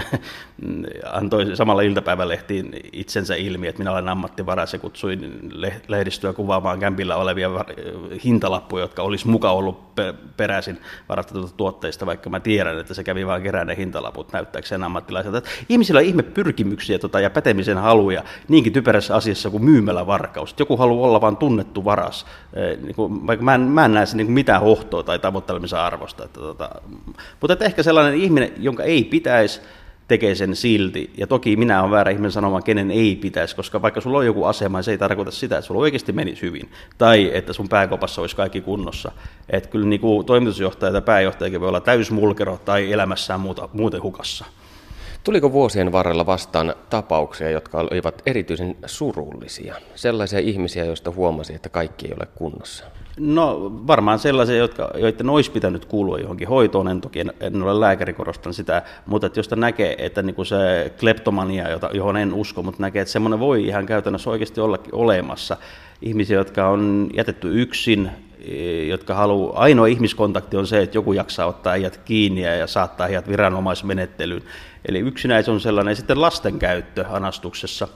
antoi samalla iltapäivälehtiin itsensä ilmi, että minä olen ammattivaras ja kutsuin lehdistöä kuvaamaan kämpillä olevia hintalappuja, jotka olisi muka ollut peräisin varastetulta tuotteista, vaikka mä tiedän, että se kävi vaan kerään ne hintalaput näyttääkseen ammattilaiselta. Ihmisillä on ihme pyrkimyksiä ja pätemisen haluja niinkin typerässä asiassa kuin myymälävarkaus. Joku haluaa olla vaan tunnettu varas, vaikka mä en näe se mitään hohtoa tai tavoittelemisen arvosta. Mutta ehkä sellainen ihminen, jonka ei pitäisi, tekee sen silti. Ja toki minä olen väärä ihminen sanomaan, kenen ei pitäisi, koska vaikka sulla on joku asema, se ei tarkoita sitä, että sulla oikeasti menisi hyvin. Tai että sun pääkopassa olisi kaikki kunnossa. Että kyllä niin kuin toimitusjohtaja tai pääjohtajakin voi olla täysmulkero tai elämässään muuten hukassa. Tuliko vuosien varrella vastaan tapauksia, jotka olivat erityisen surullisia? Sellaisia ihmisiä, joista huomasi, että kaikki ei ole kunnossa? No varmaan sellaisia, joiden olisi pitänyt kuulua johonkin hoitoon, en ole lääkäri, korostan sitä, mutta että josta näkee, että niinku se kleptomania, johon en usko, mutta näkee, että semmoinen voi ihan käytännössä oikeasti ollakin olemassa. Ihmisiä, jotka on jätetty yksin, jotka ainoa ihmiskontakti on se, että joku jaksaa ottaa heidät kiinni ja saattaa heidät viranomaismenettelyyn. Eli yksinäisyys on sellainen, ja sitten lasten käyttö anastuksessa.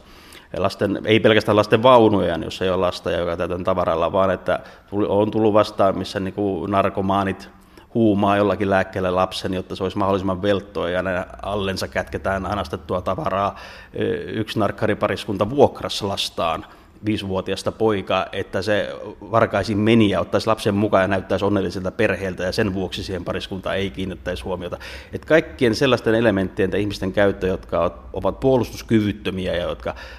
Ei pelkästään lasten vaunuja, jos ei ole lasta, joka täytän tavaralla, vaan että on tullut vastaan, missä niin kuin narkomaanit huumaa jollakin lääkkeellä lapsen, jotta se olisi mahdollisimman velttoa, ja ne allensa kätketään anastettua tavaraa. Yksi narkkaripariskunta vuokrassa lastaan 5-vuotiaasta poikaa, että se varkaisin meni ja ottaisi lapsen mukaan ja näyttäisi onnelliselta perheeltä, ja sen vuoksi siihen pariskuntaan ei kiinnittäisi huomiota. Että kaikkien sellaisten elementtien tai ihmisten käyttö, jotka ovat puolustuskyvyttömiä ja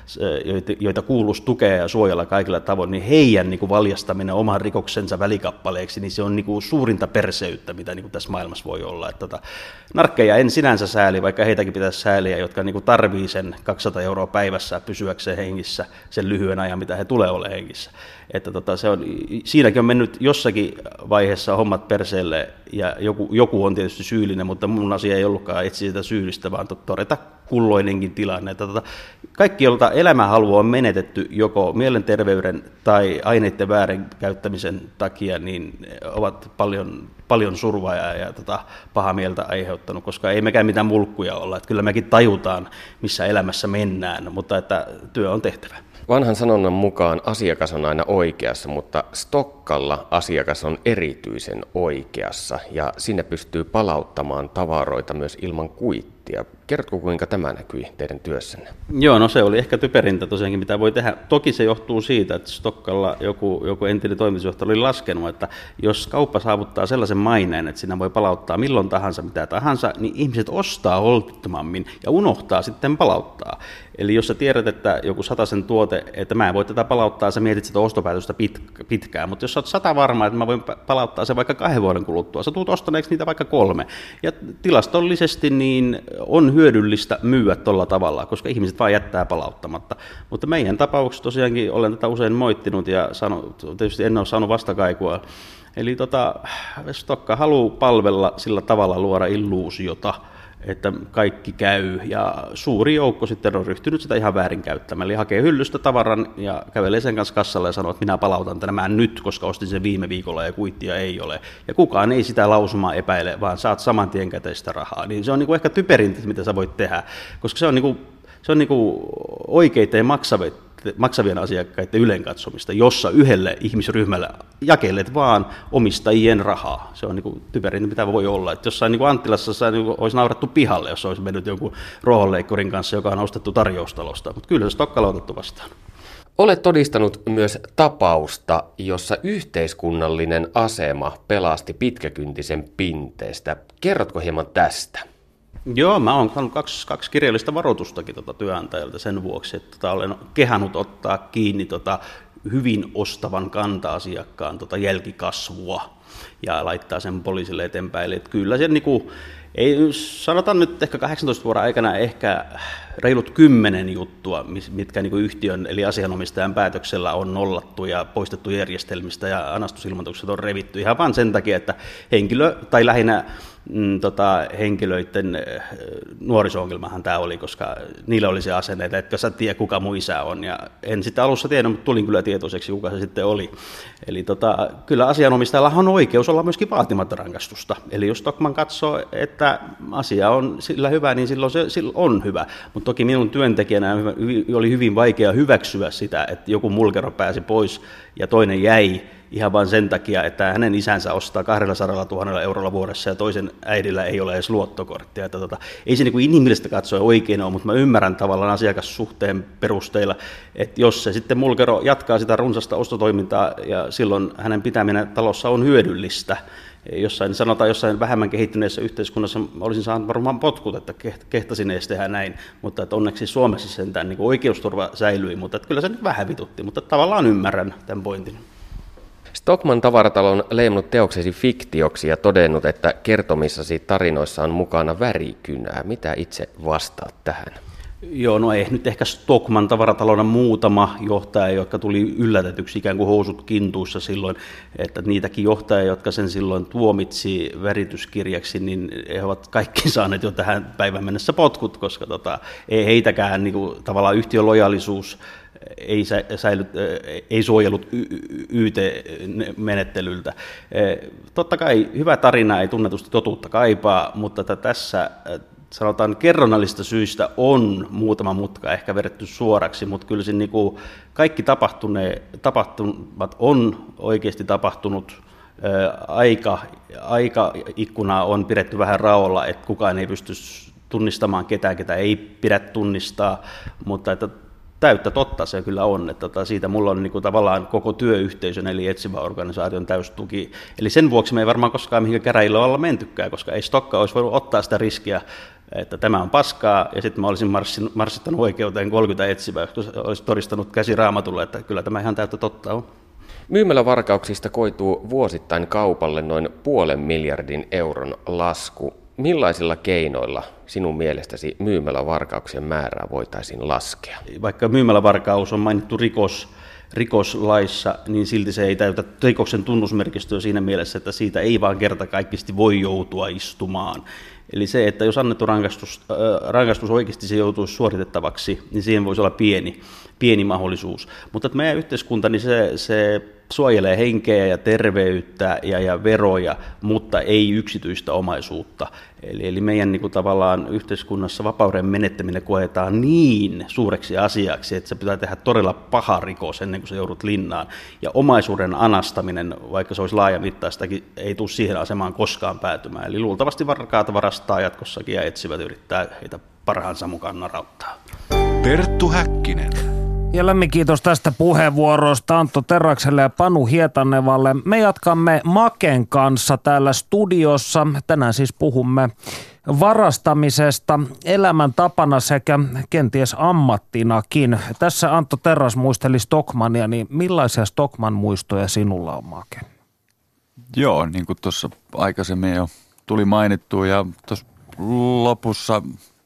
joita kuuluisi tukea ja suojella kaikilla tavoin, niin heidän niin kuin valjastaminen oman rikoksensa välikappaleeksi, niin se on niin kuin suurinta perseyttä, mitä niin kuin tässä maailmassa voi olla. Että narkkeja en sinänsä sääli, vaikka heitäkin pitäisi sääliä, jotka niin kuin tarvii sen 200 € päivässä pysyäkseen hengissä sen lyhyen ajan, mitä he tulee olemaan hengissä. Että siinäkin on mennyt jossakin vaiheessa hommat perseelle, ja joku on tietysti syyllinen, mutta mun asia ei ollutkaan etsiä sitä syyllistä, vaan todeta kulloinenkin tilanne. Että kaikki, joilta elämänhalu on menetetty joko mielenterveyden tai aineiden väärinkäyttämisen takia, niin ovat paljon survaa ja pahaa mieltä aiheuttanut, koska ei mekään mitään mulkkuja olla. Että kyllä mekin tajutaan, missä elämässä mennään, mutta että työ on tehtävä. Vanhan sanonnan mukaan asiakas on aina oikeassa, mutta Stokkalla asiakas on erityisen oikeassa ja sinne pystyy palauttamaan tavaroita myös ilman kuittia. Kerrotko, kuinka tämä näkyi teidän työssänne? Joo, no se oli ehkä typerintä tosiaankin, mitä voi tehdä. Toki se johtuu siitä, että Stokkalla joku entinen toimitusjohtaja oli laskenut, että jos kauppa saavuttaa sellaisen maineen, että siinä voi palauttaa milloin tahansa, mitä tahansa, niin ihmiset ostaa holtittomammin ja unohtaa sitten palauttaa. Eli jos sä tiedät, että joku 100 tuote, että mä en voi tätä palauttaa, sä mietit sitä ostopäätöstä pitkään, mutta jos sä oot 100 varma, että mä voin palauttaa sen vaikka 2 vuoden kuluttua, sä tuut ostaneeksi niitä vaikka 3. Ja tilastollisesti niin on hyödyllistä myyä tuolla tavalla, koska ihmiset vaan jättää palauttamatta. Mutta meidän tapauksessa tosiaankin olen tätä usein moittinut ja tietysti en ole saanut vastakaikua. Eli Stokka haluaa palvella sillä tavalla, luoda illuusiota, että kaikki käy, ja suuri joukko sitten on ryhtynyt sitä ihan väärinkäyttämään. Eli hakee hyllystä tavaran ja kävelee sen kanssa kassalle ja sanoo, että minä palautan tämän nyt, koska ostin sen viime viikolla ja kuittia ei ole. Ja kukaan ei sitä lausumaa epäile, vaan saat saman tien käteistä rahaa. Niin se on niinku ehkä typerintä, mitä sä voit tehdä, koska se on niinku oikeita ja maksavien asiakkaiden ylenkatsomista, jossa yhdelle ihmisryhmälle jakelet vaan omistajien rahaa. Se on niin typerintä, mitä voi olla. Että jossain niin Anttilassa olisi naurattu pihalle, jos olisi mennyt jonkun ruohonleikkurin kanssa, joka on ostettu tarjoustalosta. Mutta kyllä se Stokkalla on otettu vastaan. Olet todistanut myös tapausta, jossa yhteiskunnallinen asema pelasti pitkäkyntisen pinteestä. Kerrotko hieman tästä? Joo, mä oon saanut kaksi kirjallista varoitustakin työnantajalta sen vuoksi, että olen kehannut ottaa kiinni hyvin ostavan kanta-asiakkaan jälkikasvua ja laittaa sen poliisille eteenpäin. Eli että kyllä se ei sanotaan nyt ehkä 18 vuoden aikana ehkä reilut 10 juttua, mitkä yhtiön eli asianomistajan päätöksellä on nollattu ja poistettu järjestelmistä ja anastusilmoitukset on revitty ihan vain sen takia, että henkilö tai lähinnä henkilöiden nuoriso-ongelmahan tämä oli, koska niillä oli se asenne, että etkö sä tiedä kuka mun isä on, ja en sitä alussa tiennyt, mutta tulin kyllä tietoiseksi, kuka se sitten oli. Eli kyllä asianomistajalla on oikeus olla myöskin vaatimatta rangaistusta, eli jos Stockmann katsoo, että asia on sillä hyvä, niin silloin se on hyvä, mutta toki minun työntekijänä oli hyvin vaikea hyväksyä sitä, että joku mulkero pääsi pois ja toinen jäi, ihan vain sen takia, että hänen isänsä ostaa 200 000 eurolla vuodessa ja toisen äidillä ei ole edes luottokorttia. Että ei se inhimillistä katsoa oikein ole, mutta mä ymmärrän tavallaan asiakassuhteen perusteella, että jos se sitten mulkero jatkaa sitä runsasta ostotoimintaa ja silloin hänen pitäminen talossa on hyödyllistä. Jossain vähemmän kehittyneessä yhteiskunnassa olisin saanut varmaan potkut, että kehtasin edes tehdä näin, mutta että onneksi Suomessa sentään oikeusturva säilyi, mutta että kyllä se nyt vähän vitutti, mutta tavallaan ymmärrän tämän pointin. Stockmann tavaratalo on leimannut teoksesi fiktioksi ja todennut, että kertomissasi tarinoissa on mukana värikynää. Mitä itse vastaat tähän? Joo, no ei nyt ehkä Stockmann tavaratalona muutama johtaja, jotka tuli yllätetyksi ikään kuin housut kintuissa silloin, että niitäkin johtajia, jotka sen silloin tuomitsi värityskirjaksi, niin he ovat kaikki saaneet jo tähän päivän mennessä potkut, koska ei heitäkään tavallaan yhtiön lojaalisuus ei suojellut YT-menettelyltä. Totta kai hyvä tarina ei tunnetusti totuutta kaipaa, mutta tässä sanotaan kerronnallista syistä on muutama mutka ehkä vedetty suoraksi, mutta kyllä se kaikki tapahtumat on oikeasti tapahtunut. Aikaikkunaa on pidetty vähän raolla, että kukaan ei pysty tunnistamaan ketään, ketä ei pidä tunnistaa, mutta että täyttä totta se kyllä on, että siitä mulla on tavallaan koko työyhteisön eli etsivän organisaation täystuki. Eli sen vuoksi me ei varmaan koskaan mihinkään käräjillä olla mentykään, koska ei Stokka olisi voinut ottaa sitä riskiä, että tämä on paskaa, ja sitten mä olisin marssittanut oikeuteen 30 etsivää, koska olisi todistanut käsiraamatulla, että kyllä tämä ihan täyttä totta on. Myymälävarkauksista koituu vuosittain kaupalle noin 0,5 miljardin euron lasku. Millaisilla keinoilla sinun mielestäsi myymälävarkauksien määrää voitaisiin laskea? Vaikka myymälävarkaus on mainittu rikoslaissa, niin silti se ei täytä rikoksen tunnusmerkistöä siinä mielessä, että siitä ei vaan kertakaikkisesti voi joutua istumaan. Eli se, että jos annettu rangaistus oikeasti se joutuisi suoritettavaksi, niin siihen voisi olla pieni mahdollisuus. Mutta että meidän yhteiskunta, niin se suojelee henkeä ja terveyttä ja veroja, mutta ei yksityistä omaisuutta. Eli meidän tavallaan yhteiskunnassa vapauden menettäminen koetaan niin suureksi asiaksi, että se pitää tehdä todella paha rikos ennen kuin se joudut linnaan. Ja omaisuuden anastaminen, vaikka se olisi laajamittaistakin, ei tule siihen asemaan koskaan päätymään. Eli luultavasti varkaat varastaa jatkossakin ja etsivät yrittää heitä parhaansa mukaan narauttaa. Perttu Häkkinen. Ja lämmin kiitos tästä puheenvuorosta Antto Terrakselle ja Panu Hietanevalle. Me jatkamme Maken kanssa täällä studiossa. Tänään siis puhumme varastamisesta elämäntapana sekä kenties ammattinakin. Tässä Antto Terras muisteli Stockmannia, niin millaisia Stockmann-muistoja sinulla on, Make? Joo, niin kuin tuossa aikaisemmin jo tuli mainittua ja tuossa lopussa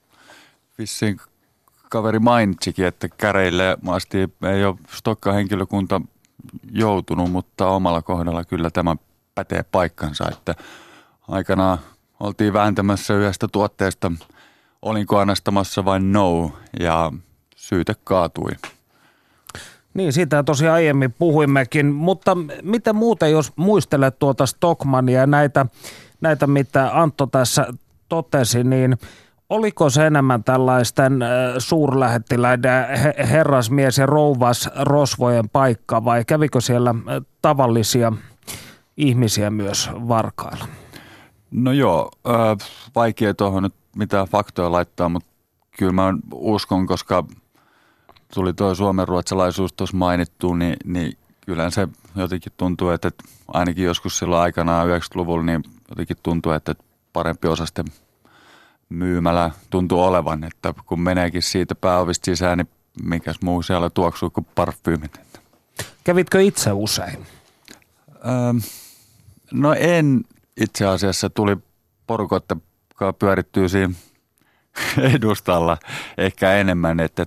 vissiin kaveri mainitsikin, että käreille asti ei ole Stokka-henkilökunta joutunut, mutta omalla kohdalla kyllä tämä pätee paikkansa, että aikanaan oltiin vääntämässä yhdestä tuotteesta, olinko anastamassa vai no, ja syyte kaatui. Niin, siitä tosiaan aiemmin puhuimmekin, mutta mitä muuten, jos muistelet tuota Stockmannia ja näitä mitä Antto tässä totesi, niin oliko se enemmän tällaisten suurlähettiläiden herrasmies- ja rouvasrosvojen paikka vai kävikö siellä tavallisia ihmisiä myös varkailla? No joo, vaikea tuohon nyt mitään faktoja laittaa, mutta kyllä mä uskon, koska tuli tuo suomenruotsalaisuus tuossa mainittu, niin kyllähän se jotenkin tuntuu, että ainakin joskus silloin aikanaan 90-luvulla, niin jotenkin tuntuu, että parempi osasten myymälä tuntuu olevan, että kun meneekin siitä pääovista sisään, niin mikäs muu siellä tuoksuu kuin parfyymit. Kävitkö itse usein? No en itse asiassa. Tuli porukotta, joka pyörittyy siinä edustalla ehkä enemmän, että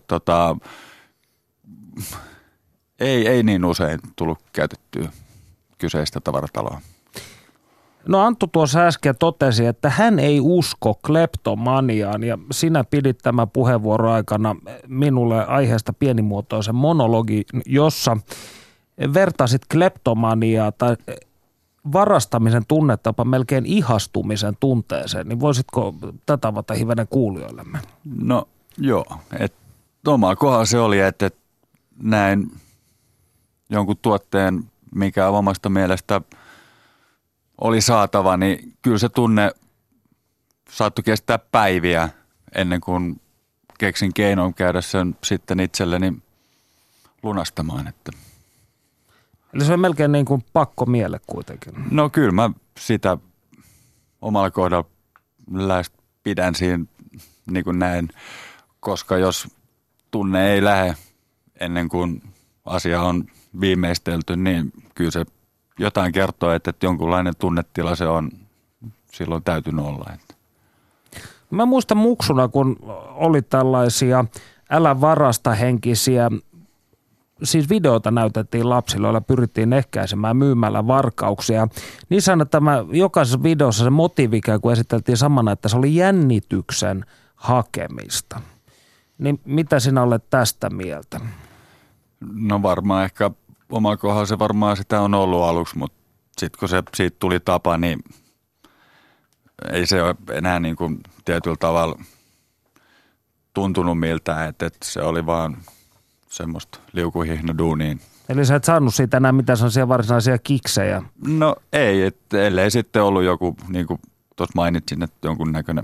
ei niin usein tullut käytettyä kyseistä tavarataloa. No Anttu tuossa äsken totesi, että hän ei usko kleptomaniaan ja sinä pidit tämän puheenvuoron aikana minulle aiheesta pienimuotoisen monologin, jossa vertasit kleptomaniaa tai varastamisen tunnetapa melkein ihastumisen tunteeseen, niin voisitko tätä avata hivenen kuulijoillemme? No joo, että oma kohdalla se oli, että näin jonkun tuotteen, mikä omasta mielestä oli saatava, niin kyllä se tunne saattoi kestää päiviä ennen kuin keksin keinon käydä sen sitten itselleni lunastamaan. Että. Eli se on melkein niin kuin pakko miele kuitenkin. No kyllä mä sitä omalla kohdalla pidän siinä niin kuin näin, koska jos tunne ei lähde ennen kuin asia on viimeistelty, niin kyllä se jotain kertoo, että jonkunlainen tunnetila se on silloin täytynyt olla. Mä muistan muksuna, kun oli tällaisia älä varasta henkisiä, siis videoita näytettiin lapsille, joilla pyrittiin ehkäisemään myymällä varkauksia. Niissä aina tämä jokaisessa videossa se motiivi ikään kuin esiteltiin samana, että se oli jännityksen hakemista. Niin mitä sinä olet tästä mieltä? No varmaan ehkä omalla kohdalla se varmaan sitä on ollut aluksi, mutta sitten kun se siitä tuli tapa, niin ei se ole enää niin kuin tietyllä tavalla tuntunut miltään, että se oli vaan semmoista liukuhihnaduunia. Eli sä et saanut siitä enää mitään sellaisia varsinaisia kiksejä? No ei, ellei sitten ollut joku, niin kuin tuossa mainitsin, että jonkun näköinen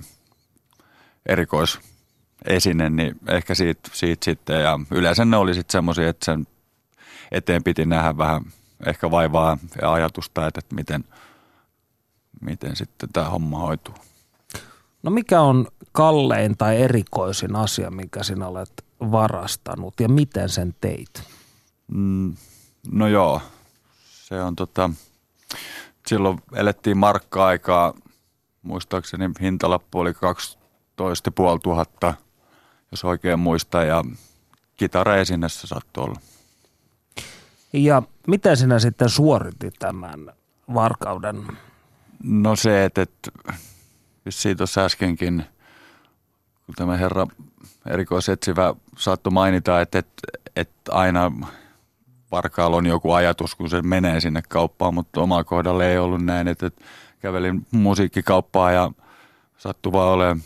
erikoisesine, niin ehkä siitä sitten. Ja yleensä ne oli sitten semmoisia, että sen eteen piti nähdä vähän ehkä vaivaa ja ajatusta, että miten sitten tämä homma hoituu. No mikä on kallein tai erikoisin asia, minkä sinä olet varastanut ja miten sen teit? No joo, se on silloin elettiin markka-aikaa, muistaakseni hintalappu oli 12 500, jos oikein muistan, ja kitaraesine se saattoi olla. Ja miten sinä sitten suoritit tämän varkauden? No se, että siitä tuossa äskenkin, kun tämä herra erikoisetsivä saattoi mainita, että aina varkaalla on joku ajatus, kun se menee sinne kauppaan, mutta oma kohdalle ei ollut näin, että kävelin musiikkikauppaan ja sattui vaan olemaan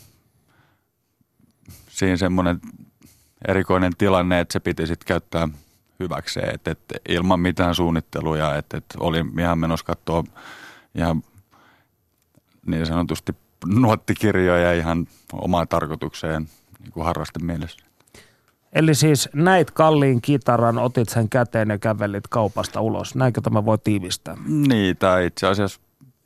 siinä semmoinen erikoinen tilanne, että se piti sitten käyttää hyväkseen, että ilman mitään suunnitteluja, että olin ihan menossa katsoa ihan niin sanotusti nuottikirjoja ihan omaan tarkoitukseen niin kuin harrasten mielessä. Eli siis näit kalliin kitaran, otit sen käteen ja kävelit kaupasta ulos. Näinkö tämä voi tiivistää? Niin, tai itse asiassa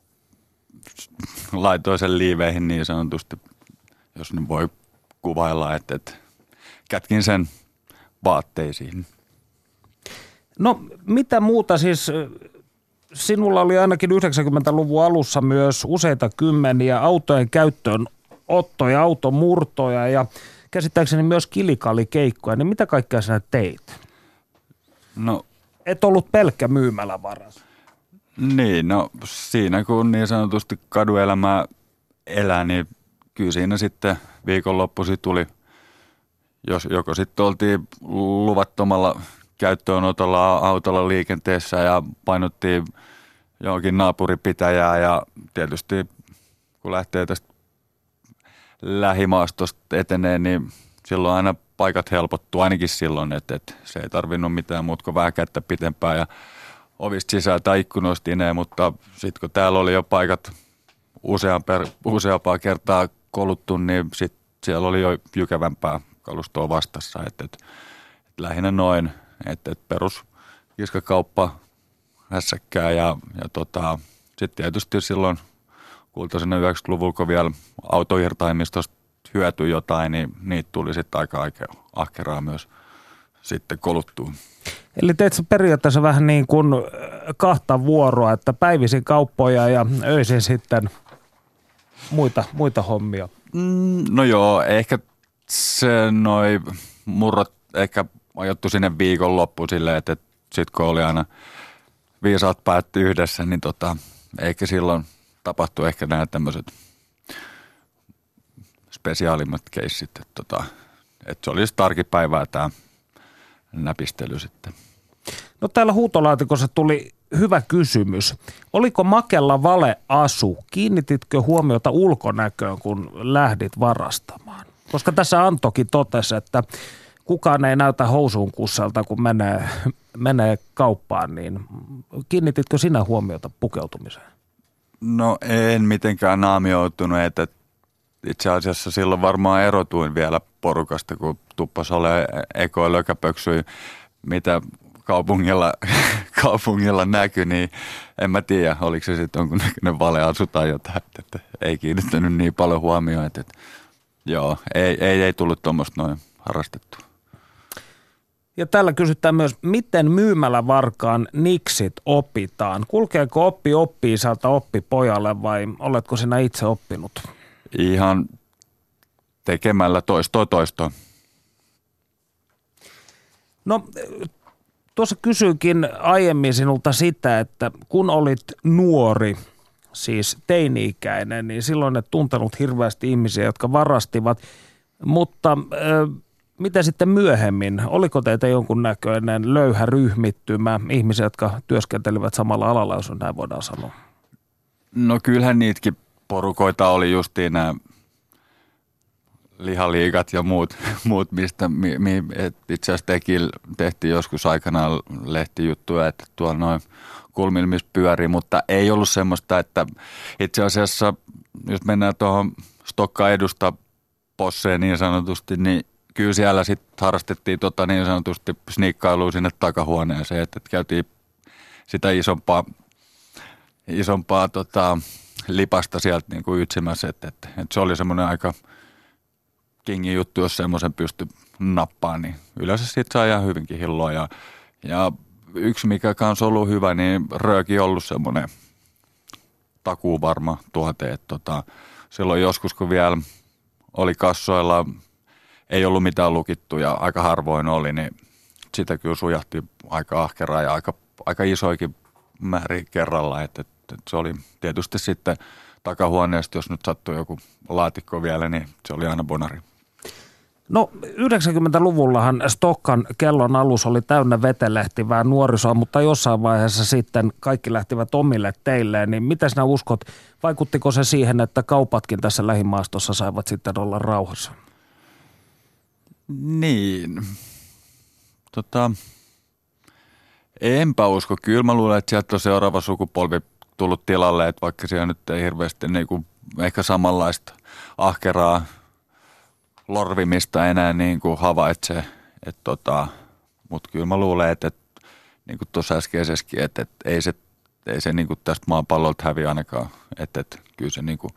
laitoin sen liiveihin niin sanotusti, jos nyt voi kuvailla, että kätkin sen vaatteisiin. No mitä muuta siis, sinulla oli ainakin 90-luvun alussa myös useita kymmeniä autojen käyttöönottoja, automurtoja ja käsittääkseni myös kilikalikeikkoja, niin mitä kaikkea sinä teit? No, et ollut pelkkä myymälävaras. Niin, no siinä kun niin sanotusti kaduelämää elää, niin kyllä siinä sitten viikonloppuisin tuli, jos joko sitten oltiin luvattomalla käyttöönotolla autolla liikenteessä ja painottiin johonkin naapuripitäjää ja tietysti kun lähtee tästä lähimaastosta etenee, niin silloin aina paikat helpottuu, ainakin silloin, että se ei tarvinnut mitään muuta kuin vähän kättä pitempään ja ovista sisältä ikkunoista ineen, mutta sitten kun täällä oli jo paikat useampaa kertaa koluttu, niin sitten siellä oli jo jykevämpää kalustoa vastassa, että lähinnä noin, että perus kiskakauppa, hässäkkää ja sitten tietysti silloin kultaisena 90-luvulla, kun vielä autoirtaimistosta hyötyi jotain, niin niitä tuli sitten aika ahkeraa myös sitten koluttua. Eli teit sä periaatteessa vähän niin kuin kahta vuoroa, että päivisin kauppoja ja öisin sitten muita hommia. No joo, ehkä se noi murrot ehkä ajoittu sinne viikon loppuun silleen, että sitten kun oli aina viisaat päätti yhdessä, niin ehkä silloin tapahtui ehkä nämä tämmöiset spesiaalimmat keissit, että se oli sitten arkipäivää tämä näpistely sitten. No täällä huutolaatikossa tuli hyvä kysymys. Oliko Makella valeasu? Kiinnititkö huomiota ulkonäköön, kun lähdit varastamaan? Koska tässä Anttokin totesi, että kukaan ei näytä housuun kussalta, kun menee kauppaan, niin kiinnititkö sinä huomiota pukeutumiseen? No en mitenkään naamioitunut, että itse asiassa silloin varmaan erotuin vielä porukasta, kun tuppas ole ekoja lökäpöksyjä, mitä kaupungilla näkyi, niin en mä tiedä, oliko se sitten jonkunnäköinen valeasu tai jotain, että ei kiinnittänyt niin paljon huomioon, että joo, ei tullut tuommoista noin harrastettua. Ja täällä kysytään myös, miten myymälävarkaan niksit opitaan? Kulkeeko oppi-isältä oppipojalle vai oletko sinä itse oppinut? Ihan tekemällä toistoa. No tuossa kysyinkin aiemmin sinulta sitä, että kun olit nuori, siis teini-ikäinen, niin silloin et tuntenut hirveästi ihmisiä, jotka varastivat, mutta mitä sitten myöhemmin? Oliko teitä jonkunnäköinen löyhä ryhmittymä ihmisiä, jotka työskentelivät samalla alalla, jos näin voidaan sanoa? No kyllähän niitäkin porukoita oli justiin nämä lihaliigat ja muut mistä itse asiassa tehtiin joskus aikanaan lehtijuttuja, että tuolla noin kulmilla missä pyörii, mutta ei ollut semmoista, että itse asiassa jos mennään tuohon Stokka edusta posseen niin sanotusti, niin kyllä siellä sitten harrastettiin niin sanotusti sniikkailua sinne takahuoneeseen, että käytiin sitä isompaa lipasta sieltä niin kuin ytsimässä, että se oli semmoinen aika kingin juttu, jos semmoisen pystyi nappaan, niin yleensä siitä saa ihan hyvinkin hilloa. Ja yksi, mikä kanssa ollut hyvä, niin rööki ollut semmoinen takuuvarma tuote, että silloin joskus, kun vielä oli kassoilla, ei ollut mitään lukittu ja aika harvoin oli, niin sitä kyllä sujahti aika ahkeraa ja aika isoikin määrin kerralla, että se oli tietysti sitten takahuoneesta, jos nyt sattui joku laatikko vielä, niin se oli aina bonari. No 90-luvullahan Stokkan kellon alus oli täynnä vetelehtivää nuorisoa, mutta jossain vaiheessa sitten kaikki lähtivät omille teilleen. Niin mitä sinä uskot, vaikuttiko se siihen, että kaupatkin tässä lähimaastossa saivat sitten olla rauhassa? Niin, enpä usko. Kyllä mä luulen, että sieltä on seuraava sukupolvi tullut tilalle, että vaikka siellä nyt ei hirveästi niin kuin ehkä samanlaista ahkeraa lorvimista enää niin kuin havaitsee. Mutta kyllä mä luulen, että niin kuin tuossa äskeisessäkin, että ei se niin kuin tästä maapallolta häviä ainakaan. Että kyllä se niin kuin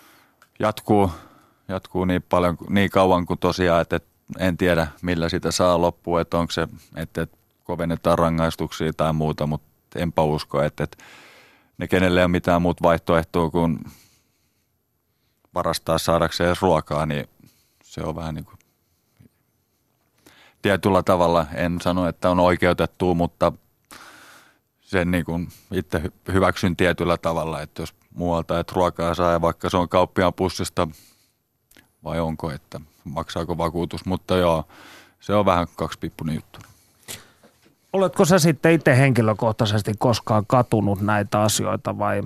jatkuu niin paljon, niin kauan kuin tosiaan, että en tiedä millä sitä saa loppuun, että onko se, että kovennetaan rangaistuksia tai muuta, mutta enpä usko, että ne kenelle ei ole mitään muuta vaihtoehtoa kuin varastaa saadakseen edes ruokaa, niin se on vähän niin kuin tietyllä tavalla, en sano, että on oikeutettua, mutta sen niin kuin itse hyväksyn tietyllä tavalla, että jos muualta et ruokaa saa ja vaikka se on kauppiaan pussista vai onko, että maksaako vakuutus, mutta joo, se on vähän kaksipiippunen juttu. Oletko sä sitten itse henkilökohtaisesti koskaan katunut näitä asioita vai?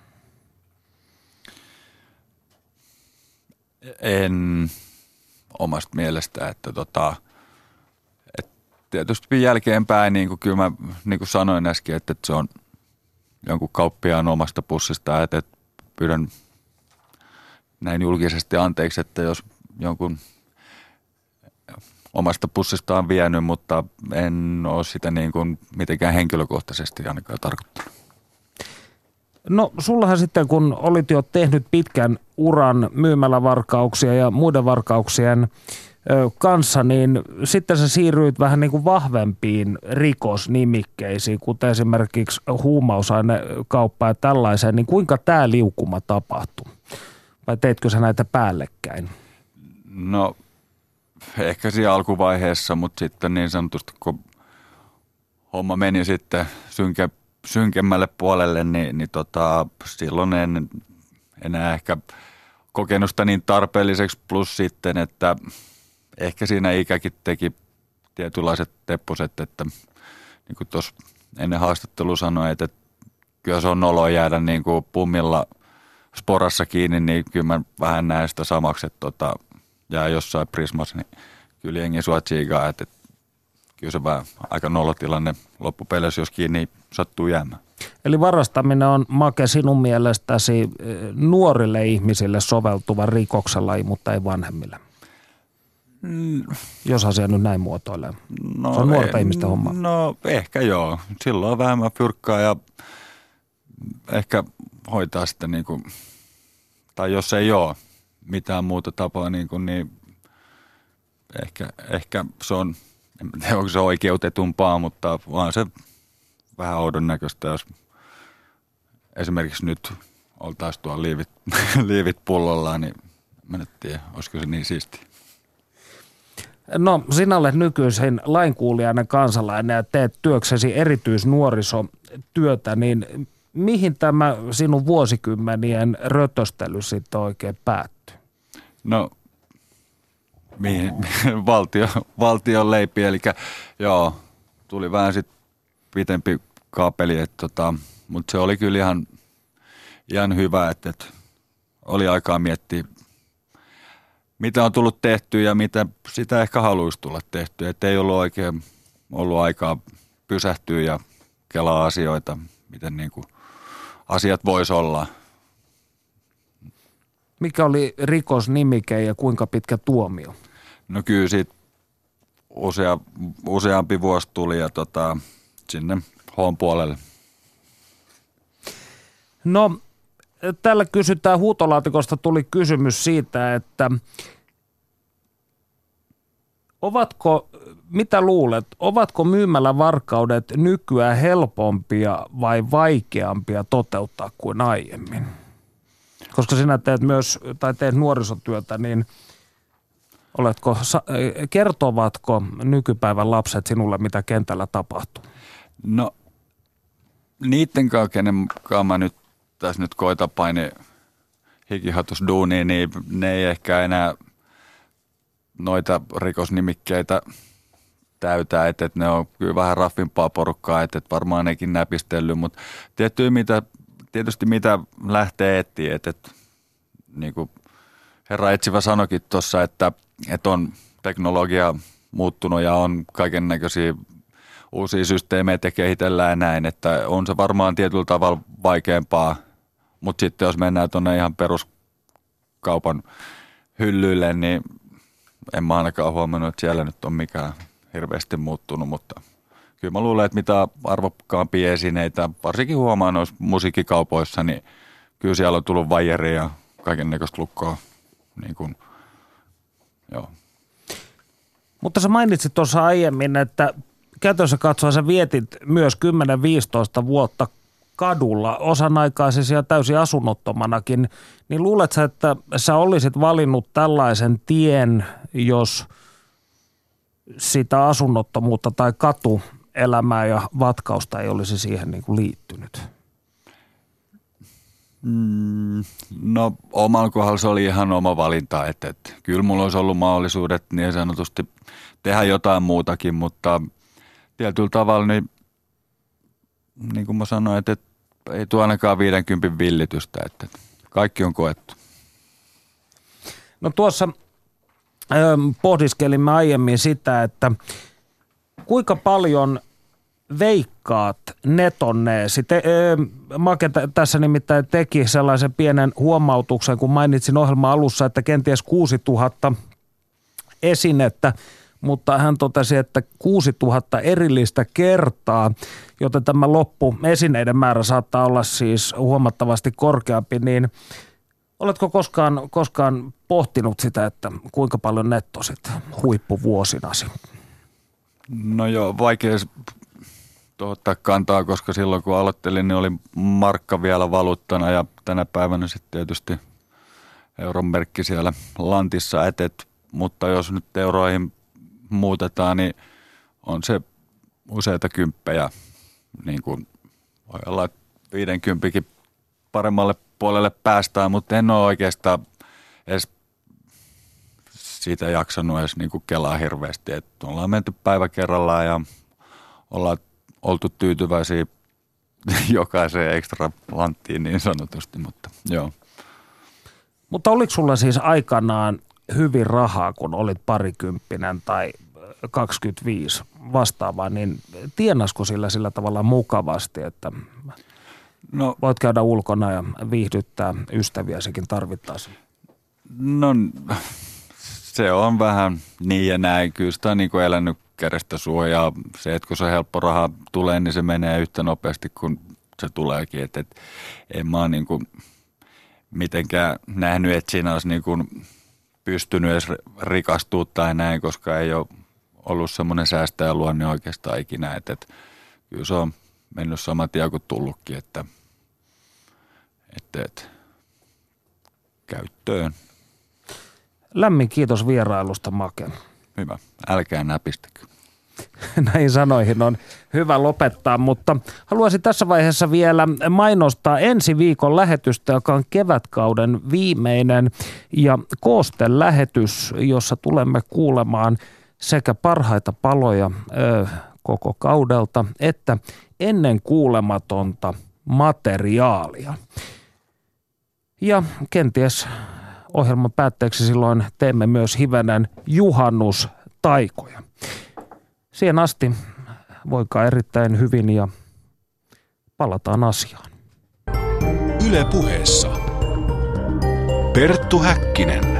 En omasta mielestä, että tietysti jälkeenpäin, niin kuin kyllä mä niin kuin sanoin äsken, että se on jonkun kauppiaan omasta pussista, että pyydän näin julkisesti anteeksi, että jos jonkun omasta pussistaan vienyt, mutta en ole sitä niin kuin mitenkään henkilökohtaisesti ainakaan tarkoittanut. No sullahan sitten, kun olit jo tehnyt pitkän uran myymälävarkauksia ja muiden varkauksien kanssa, niin sitten sä siirryit vähän niin kuin vahvempiin rikosnimikkeisiin, kuten esimerkiksi huumausainekauppa ja tällaiseen, niin kuinka tämä liukuma tapahtui? Vai teitkö sä näitä päällekkäin? No ehkä siinä alkuvaiheessa, mutta sitten niin sanotusti, kun homma meni sitten synkemmälle puolelle, niin silloin en enää ehkä kokenut sitä niin tarpeelliseksi, plus sitten, että ehkä siinä ikäkin teki tietynlaiset tepposet, että niin kuin tuossa ennen haastattelua sanoin, että kyllä se on noloa jäädä niin kuin pummilla sporassa kiinni, niin kyllä mä vähän näen sitä samaksi, että jää jossain Prismassa, niin kyllä jengi sua tsiigaa, että kyllä se vähän aika nolotilanne loppupeleissä, jos kiinni sattuu jäämään. Eli varastaminen on, Make, sinun mielestäsi nuorille ihmisille soveltuva rikokselaji, mutta ei vanhemmille? Jos asia nyt näin muotoilee. No, se on nuorten ihmisten homma. No ehkä joo. Silloin on vähemmän fyrkkaa ja ehkä hoitaa sitä niin kuin, tai jos ei ole mitään muuta tapaa, niin ehkä se on, en tiedä onko se oikeutetumpaa, mutta vaan se vähän oudon näköistä, jos esimerkiksi nyt oltaisiin tuolla liivit pullollaan, niin mä en tiedä, olisiko se niin siistiä. No, sinä olet nykyisin lainkuulijainen kansalainen ja teet työksesi erityisnuorisotyötä, niin mihin tämä sinun vuosikymmenien rötöstely sitten oikein päättyy? No, mihin? Valtion leipi, eli joo, tuli vähän sitten pitempi kaapeli, mutta se oli kyllä ihan hyvä, että oli aikaa miettiä, mitä on tullut tehtyä ja mitä sitä ehkä haluaisi tulla tehtyä. Että ei ollut oikein ollut aikaa pysähtyä ja kelaa asioita, miten niin kuin asiat voisi olla. Mikä oli rikosnimike ja kuinka pitkä tuomio? No kyllä siitä useampi vuosi tuli ja sinne H:n puolelle. No, täällä kysytään, huutolaatikosta tuli kysymys siitä, että mitä luulet, ovatko myymälävarkaudet nykyään helpompia vai vaikeampia toteuttaa kuin aiemmin? Koska sinä teet nuorisotyötä, niin kertovatko nykypäivän lapset sinulle, mitä kentällä tapahtuu? No, niiden kanssa, kenen mä nyt tässä nyt koita paini hikihatusduuniin, niin ne ei ehkä enää noita rikosnimikkeitä täytä, että ne on kyllä vähän raffimpaa porukkaa, että varmaan nekin näpistellyt, mutta tietysti mitä lähtee etsiä, että niin kuin herra etsivä sanoikin tuossa, että on teknologia muuttunut ja on kaiken näköisiä uusia systeemeitä kehitellään ja näin, että on se varmaan tietyllä tavalla vaikeampaa, mutta sitten jos mennään tuonne ihan peruskaupan hyllyille, niin en mä ainakaan huomannut, että siellä nyt on mikään hirveästi muuttunut, mutta kyllä mä luulen, että mitä arvokkaampia esineitä, varsinkin huomaan noissa musiikkikaupoissa, niin kyllä siellä on tullut vaijeria ja kaiken näköistä lukkoa, niin kuin, joo. Mutta sä mainitsit tuossa aiemmin, että käytännössä katsoen sä vietit myös 10-15 vuotta kadulla, osan aikaa siis ja täysin asunnottomanakin, niin luulet sä, että sä olisit valinnut tällaisen tien, jos sitä asunnottomuutta tai katuelämää ja vatkausta ei olisi siihen niin kuin liittynyt? No omalla kohdalla se oli ihan oma valinta, että kyllä mulla olisi ollut mahdollisuudet niin sanotusti tehdä jotain muutakin, mutta tietyllä tavalla niin kuin mä sanoin, että ei tuo ainakaan 50 villitystä, että kaikki on koettu. No tuossa pohdiskelimme aiemmin sitä, että kuinka paljon veikkaat netonneesi. Make tässä nimittäin teki sellaisen pienen huomautuksen, kun mainitsin ohjelman alussa, että kenties 6000 esinettä, mutta hän totesi, että 6000 erillistä kertaa, joten tämä loppuesineiden määrä saattaa olla siis huomattavasti korkeampi, niin oletko koskaan pohtinut sitä, että kuinka paljon nettosit huippuvuosinasi? No joo, vaikea ottaa kantaa, koska silloin kun aloittelin, niin oli markka vielä valuuttana ja tänä päivänä sitten tietysti euron merkki siellä lantissa mutta jos nyt euroihin muutetaan, niin on se useita kymppejä, niin kuin voi olla, että 50 paremmalle puolelle päästään, mutta en ole oikeastaan edes siitä jaksanut edes niin kuin kelaa hirveästi, että ollaan menty päivä kerrallaan ja ollaan oltu tyytyväisiä jokaiseen ekstra lanttiin niin sanotusti, mutta joo. Mutta oliko sulla siis aikanaan hyvin rahaa, kun olit parikymppinen tai 25 vastaavaa, niin tienasko sillä tavalla mukavasti, että voit käydä ulkona ja viihdyttää ystäviäsikin tarvittaisiin? No se on vähän niin ja näin. Kyllä sitä on niin kuin elänyt kädestä suojaa. Se, että kun se helppo raha tulee, niin se menee yhtä nopeasti kuin se tuleekin. Et en mä ole niin kuin mitenkään nähnyt, että siinä olisi niin kuin pystynyt edes rikastua tai näin, koska ei ole ollut semmoinen säästäjäluonne oikeastaan ikinä. Et kyllä se on mennyt saman tien kuin tullutkin, että käyttöön. Lämmin kiitos vierailusta, Make. Hyvä. Älkää näpistäkö. Näihin sanoihin on hyvä lopettaa, mutta haluaisin tässä vaiheessa vielä mainostaa ensi viikon lähetystä, joka on kevätkauden viimeinen ja koostelähetys, jossa tulemme kuulemaan sekä parhaita paloja koko kaudelta että ennen kuulematonta materiaalia. Ja kenties ohjelman päätteeksi silloin teemme myös hivenen juhannustaikoja. Siihen asti voikaa erittäin hyvin ja palataan asiaan. Yle Puheessa Perttu Häkkinen.